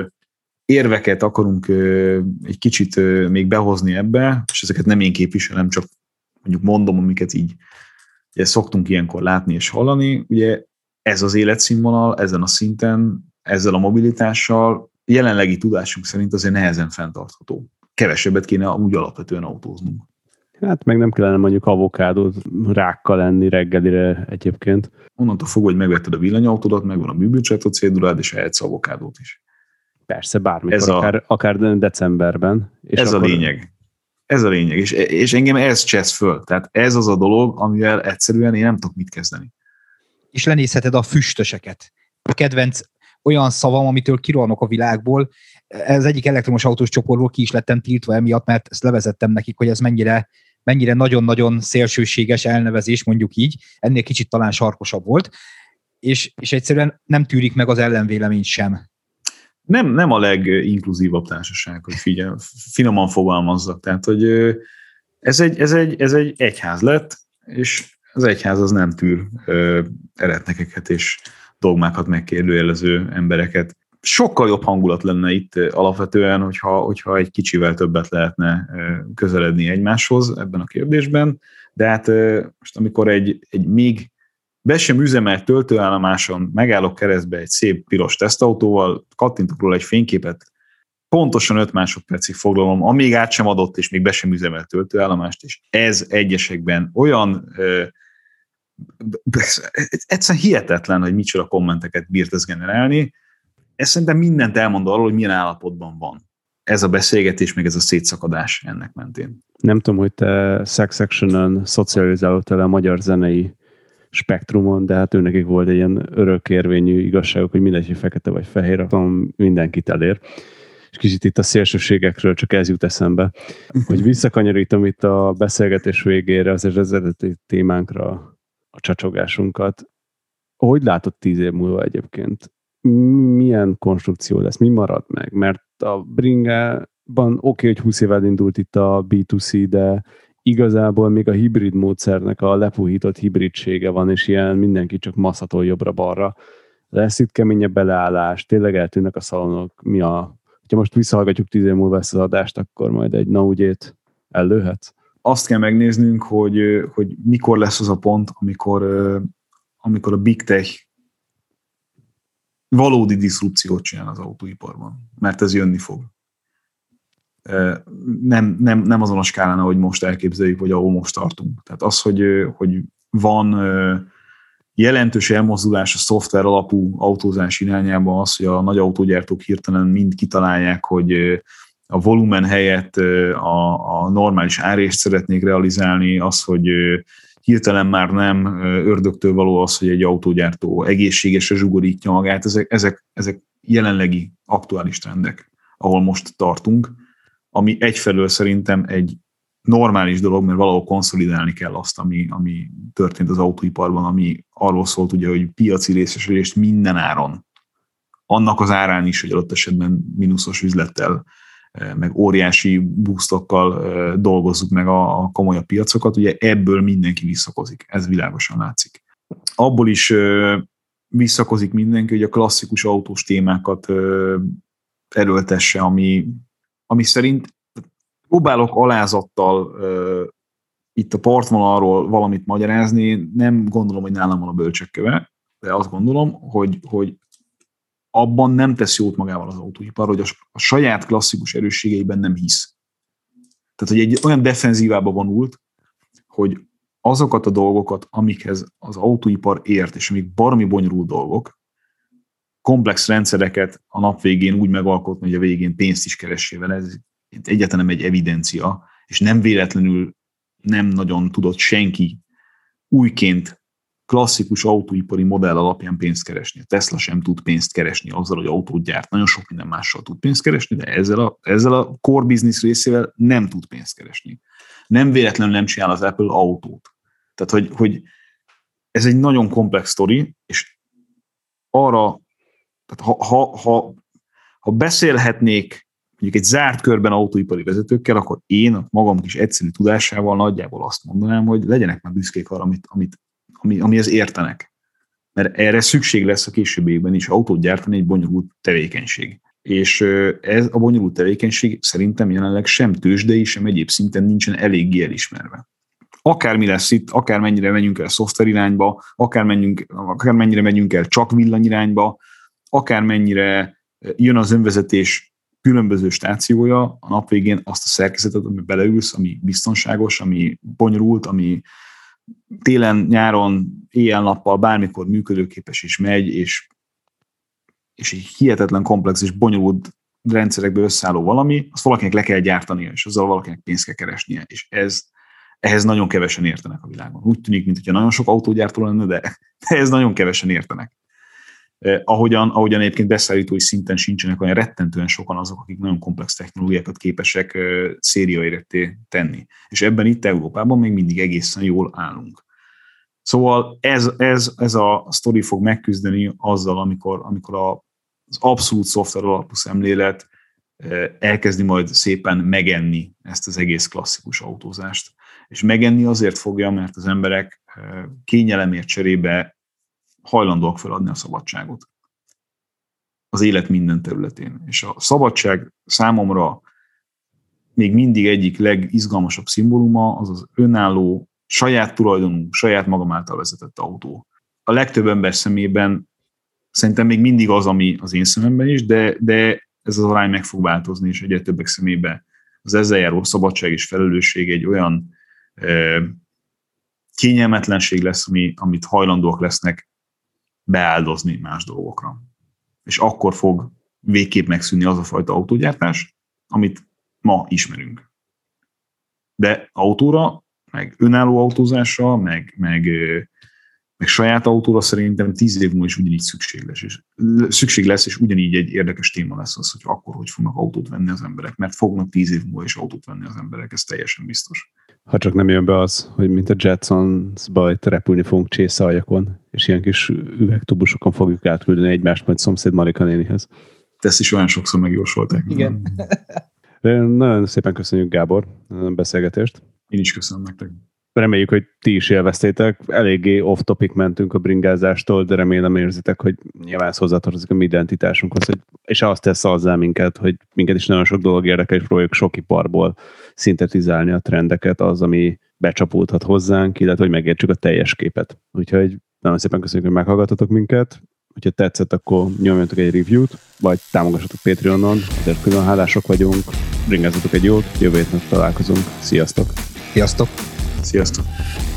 [SPEAKER 4] érveket akarunk egy kicsit még behozni ebbe, és ezeket nem én képviselem, csak mondjuk mondom, amiket így ugye szoktunk ilyenkor látni és hallani, ugye ez az életszínvonal ezen a szinten, ezzel a mobilitással jelenlegi tudásunk szerint azért nehezen fenntartható. Kevesebbet kéne úgy alapvetően autóznunk.
[SPEAKER 2] Hát meg nem kellene mondjuk avokádót rákkal enni reggelire egyébként.
[SPEAKER 4] Onnantól fogva, hogy megvetted a villanyautódat, megvan a műbűcsátó cédulád, és ehetsz avokádót is.
[SPEAKER 2] Persze, bármikor, akár decemberben. És
[SPEAKER 4] ez akkor... a lényeg. Ez a lényeg, és engem ez csesz föl. Tehát ez az a dolog, amivel egyszerűen én nem tudok mit kezdeni.
[SPEAKER 3] És lenézheted a füstöseket. A kedvenc olyan szavam, amitől kirohanok a világból. Ez egyik elektromos autós csoportból ki is lettem tiltva emiatt, mert ezt levezettem nekik, hogy ez mennyire nagyon-nagyon szélsőséges elnevezés, mondjuk így. Ennél kicsit talán sarkosabb volt. És egyszerűen nem tűrik meg az ellenvéleményt sem.
[SPEAKER 4] Nem a leginkluzívabb társaság, hogy figyelj, finoman fogalmazzak. Tehát, hogy ez egy egyház lett, és az egyház az nem tűr eretnekeket és dogmákat megkérdőjelező embereket. Sokkal jobb hangulat lenne itt alapvetően, hogyha egy kicsivel többet lehetne közeledni egymáshoz ebben a kérdésben, de hát most amikor egy még be sem üzemelt töltőállomáson megállok keresztbe egy szép piros tesztautóval, kattintok róla egy fényképet, pontosan 5 másodpercig foglalom, amíg át sem adott, és még be sem üzemelt töltőállomást, és ez egyesekben olyan egyszerűen hihetetlen, hogy micsoda kommenteket bírt ez generálni. Ez szerintem mindent elmond arról, hogy milyen állapotban van ez a beszélgetés, meg ez a szétszakadás ennek mentén.
[SPEAKER 2] Nem tudom, hogy te Sex Action-on szocializálódtál a magyar zenei spektrumon, de hát őnekik volt egy ilyen örökérvényű igazságok, hogy mindegy, fekete vagy fehér, mindenkit elér. És kicsit itt a szélsőségekről csak ez jut eszembe, hogy visszakanyarítom itt a beszélgetés végére az eredeti témánkra a csacsogásunkat. Hogy látod 10 év múlva egyébként? Milyen konstrukció lesz? Mi marad meg? Mert a bringában oké, hogy 20 évvel indult itt a B2C, de igazából még a hibrid módszernek a lepuhított hibridsége van, és ilyen mindenki csak masszatól jobbra-balra. Lesz itt keményebb beleállás, tényleg eltűnnek a szalonok. Ha most visszahallgatjuk 10 év múlva ezt az adást, akkor majd egy Naugyét ellőhetsz?
[SPEAKER 4] Azt kell megnéznünk, hogy mikor lesz az a pont, amikor a Big Tech valódi diszrupciót csinál az autóiparban. Mert ez jönni fog. nem azon a skálán, ahogy most elképzeljük, vagy ahol most tartunk. Tehát az, hogy van jelentős elmozdulás a szoftver alapú autózás irányába, az, hogy a nagy autógyártók hirtelen mind kitalálják, hogy a volumen helyett a normális árést szeretnék realizálni, az, hogy hirtelen már nem ördögtől való az, hogy egy autógyártó egészségesre zsugorítja magát. Ezek jelenlegi aktuális trendek, ahol most tartunk, ami egyfelől szerintem egy normális dolog, mert valahol konszolidálni kell azt, ami történt az autóiparban, ami arról szólt ugye, hogy piaci részesedést minden áron. Annak az árán is, hogy adott esetben mínuszos üzlettel, meg óriási boostokkal dolgozzuk meg a komolyabb piacokat, ugye ebből mindenki visszakozik. Ez világosan látszik. Abból is visszakozik mindenki, hogy a klasszikus autós témákat erőltesse, ami szerint próbálok alázattal itt a partvonalról valamit magyarázni, nem gondolom, hogy nálam van a bölcsekköve, de azt gondolom, hogy abban nem tesz jót magával az autóipar, hogy a saját klasszikus erősségeiben nem hisz. Tehát, hogy egy olyan defenzívába vonult, hogy azokat a dolgokat, amikhez az autóipar ért, és amik baromi bonyolult dolgok, komplex rendszereket a nap végén úgy megalkotni, hogy a végén pénzt is keressével, ez egyáltalán nem egy evidencia, és nem véletlenül nem nagyon tudott senki újként klasszikus autóipari modell alapján pénzt keresni. A Tesla sem tud pénzt keresni azzal, hogy autót gyárt. Nagyon sok minden mással tud pénzt keresni, de ezzel a core business részével nem tud pénzt keresni. Nem véletlenül nem csinál az Apple autót. Tehát, hogy ez egy nagyon komplex sztori, és arra, tehát ha beszélhetnék mondjuk egy zárt körben autóipari vezetőkkel, akkor én magam kis egyszerű tudásával nagyjából azt mondanám, hogy legyenek már büszkék arra, amihez értenek. Mert erre szükség lesz a későbbiekben is, autót gyártani egy bonyolult tevékenység. És ez a bonyolult tevékenység szerintem jelenleg sem tőzsdei, sem egyéb szinten nincsen eléggé elismerve. Akármi lesz itt, akármennyire menjünk el szoftver irányba, akármennyire megyünk el csak villanyirányba, akármennyire jön az önvezetés különböző stációja, a nap végén azt a szerkezetet, ami beleülsz, ami biztonságos, ami bonyolult, ami télen, nyáron, éjjel-nappal bármikor működőképes is megy, és egy hihetetlen komplex és bonyolult rendszerekből összeálló valami, azt valakinek le kell gyártania, és azzal valakinek pénzt kell keresnie, és ehhez nagyon kevesen értenek a világon. Úgy tűnik, mintha nagyon sok autógyártó lenne, de ehhez nagyon kevesen értenek. Ahogyan egyébként beszállítói szinten sincsenek olyan rettentően sokan azok, akik nagyon komplex technológiákat képesek szériaéretté tenni. És ebben itt Európában még mindig egészen jól állunk. Szóval ez a sztori fog megküzdeni azzal, amikor az abszolút szoftver alapú szemlélet elkezdi majd szépen megenni ezt az egész klasszikus autózást. És megenni azért fogja, mert az emberek kényelemért cserébe hajlandóak feladni a szabadságot az élet minden területén. És a szabadság számomra még mindig egyik legizgalmasabb szimbóluma az az önálló, saját tulajdonú, saját magam által vezetett autó. A legtöbb ember szemében szerintem még mindig az, ami az én szememben is, de ez az arány meg fog változni, és egyre többek szemében az ezzel járó szabadság és felelősség egy olyan kényelmetlenség lesz, amit hajlandóak lesznek beáldozni más dolgokra. És akkor fog végképp megszűnni az a fajta autógyártás, amit ma ismerünk. De autóra, meg önálló autózásra, meg saját autóra szerintem 10 év múlva is ugyanígy szükség lesz, és ugyanígy egy érdekes téma lesz az, hogy akkor hogy fognak autót venni az emberek, mert fognak 10 év múlva is autót venni az emberek, ez teljesen biztos.
[SPEAKER 2] Ha csak nem jön be az, hogy mint a Jetsons-ba itt repülni fogunk csészaljakon, és ilyen kis üvegtubusokon fogjuk átküldeni egymást majd szomszéd Marika nénihez.
[SPEAKER 4] Ezt is olyan sokszor megjósolták.
[SPEAKER 3] Igen.
[SPEAKER 2] Nagyon szépen köszönjük, Gábor, a beszélgetést.
[SPEAKER 4] Én is köszönöm nektek.
[SPEAKER 2] Reméljük, hogy ti is élveztétek. Eléggé off-topic mentünk a bringázástól, de remélem érzitek, hogy nyilván ez hozzátartozik a mi identitásunkhoz, és azt tesz azzá minket, hogy minket is nagyon sok dolog érdekel, és próbáljuk sok iparból szintetizálni a trendeket, az, ami becsapódhat hozzánk, illetve hogy megértsük a teljes képet. Úgyhogy nagyon szépen köszönjük, hogy meghallgatotok minket. hogyha tetszett, akkor nyomjatok egy review-t, vagy támogassatok Patreonon, ezért külön hálások vagyunk, ringezzetek egy jót, jövő héten találkozunk. Sziasztok!
[SPEAKER 3] Sziasztok!
[SPEAKER 4] Sziasztok!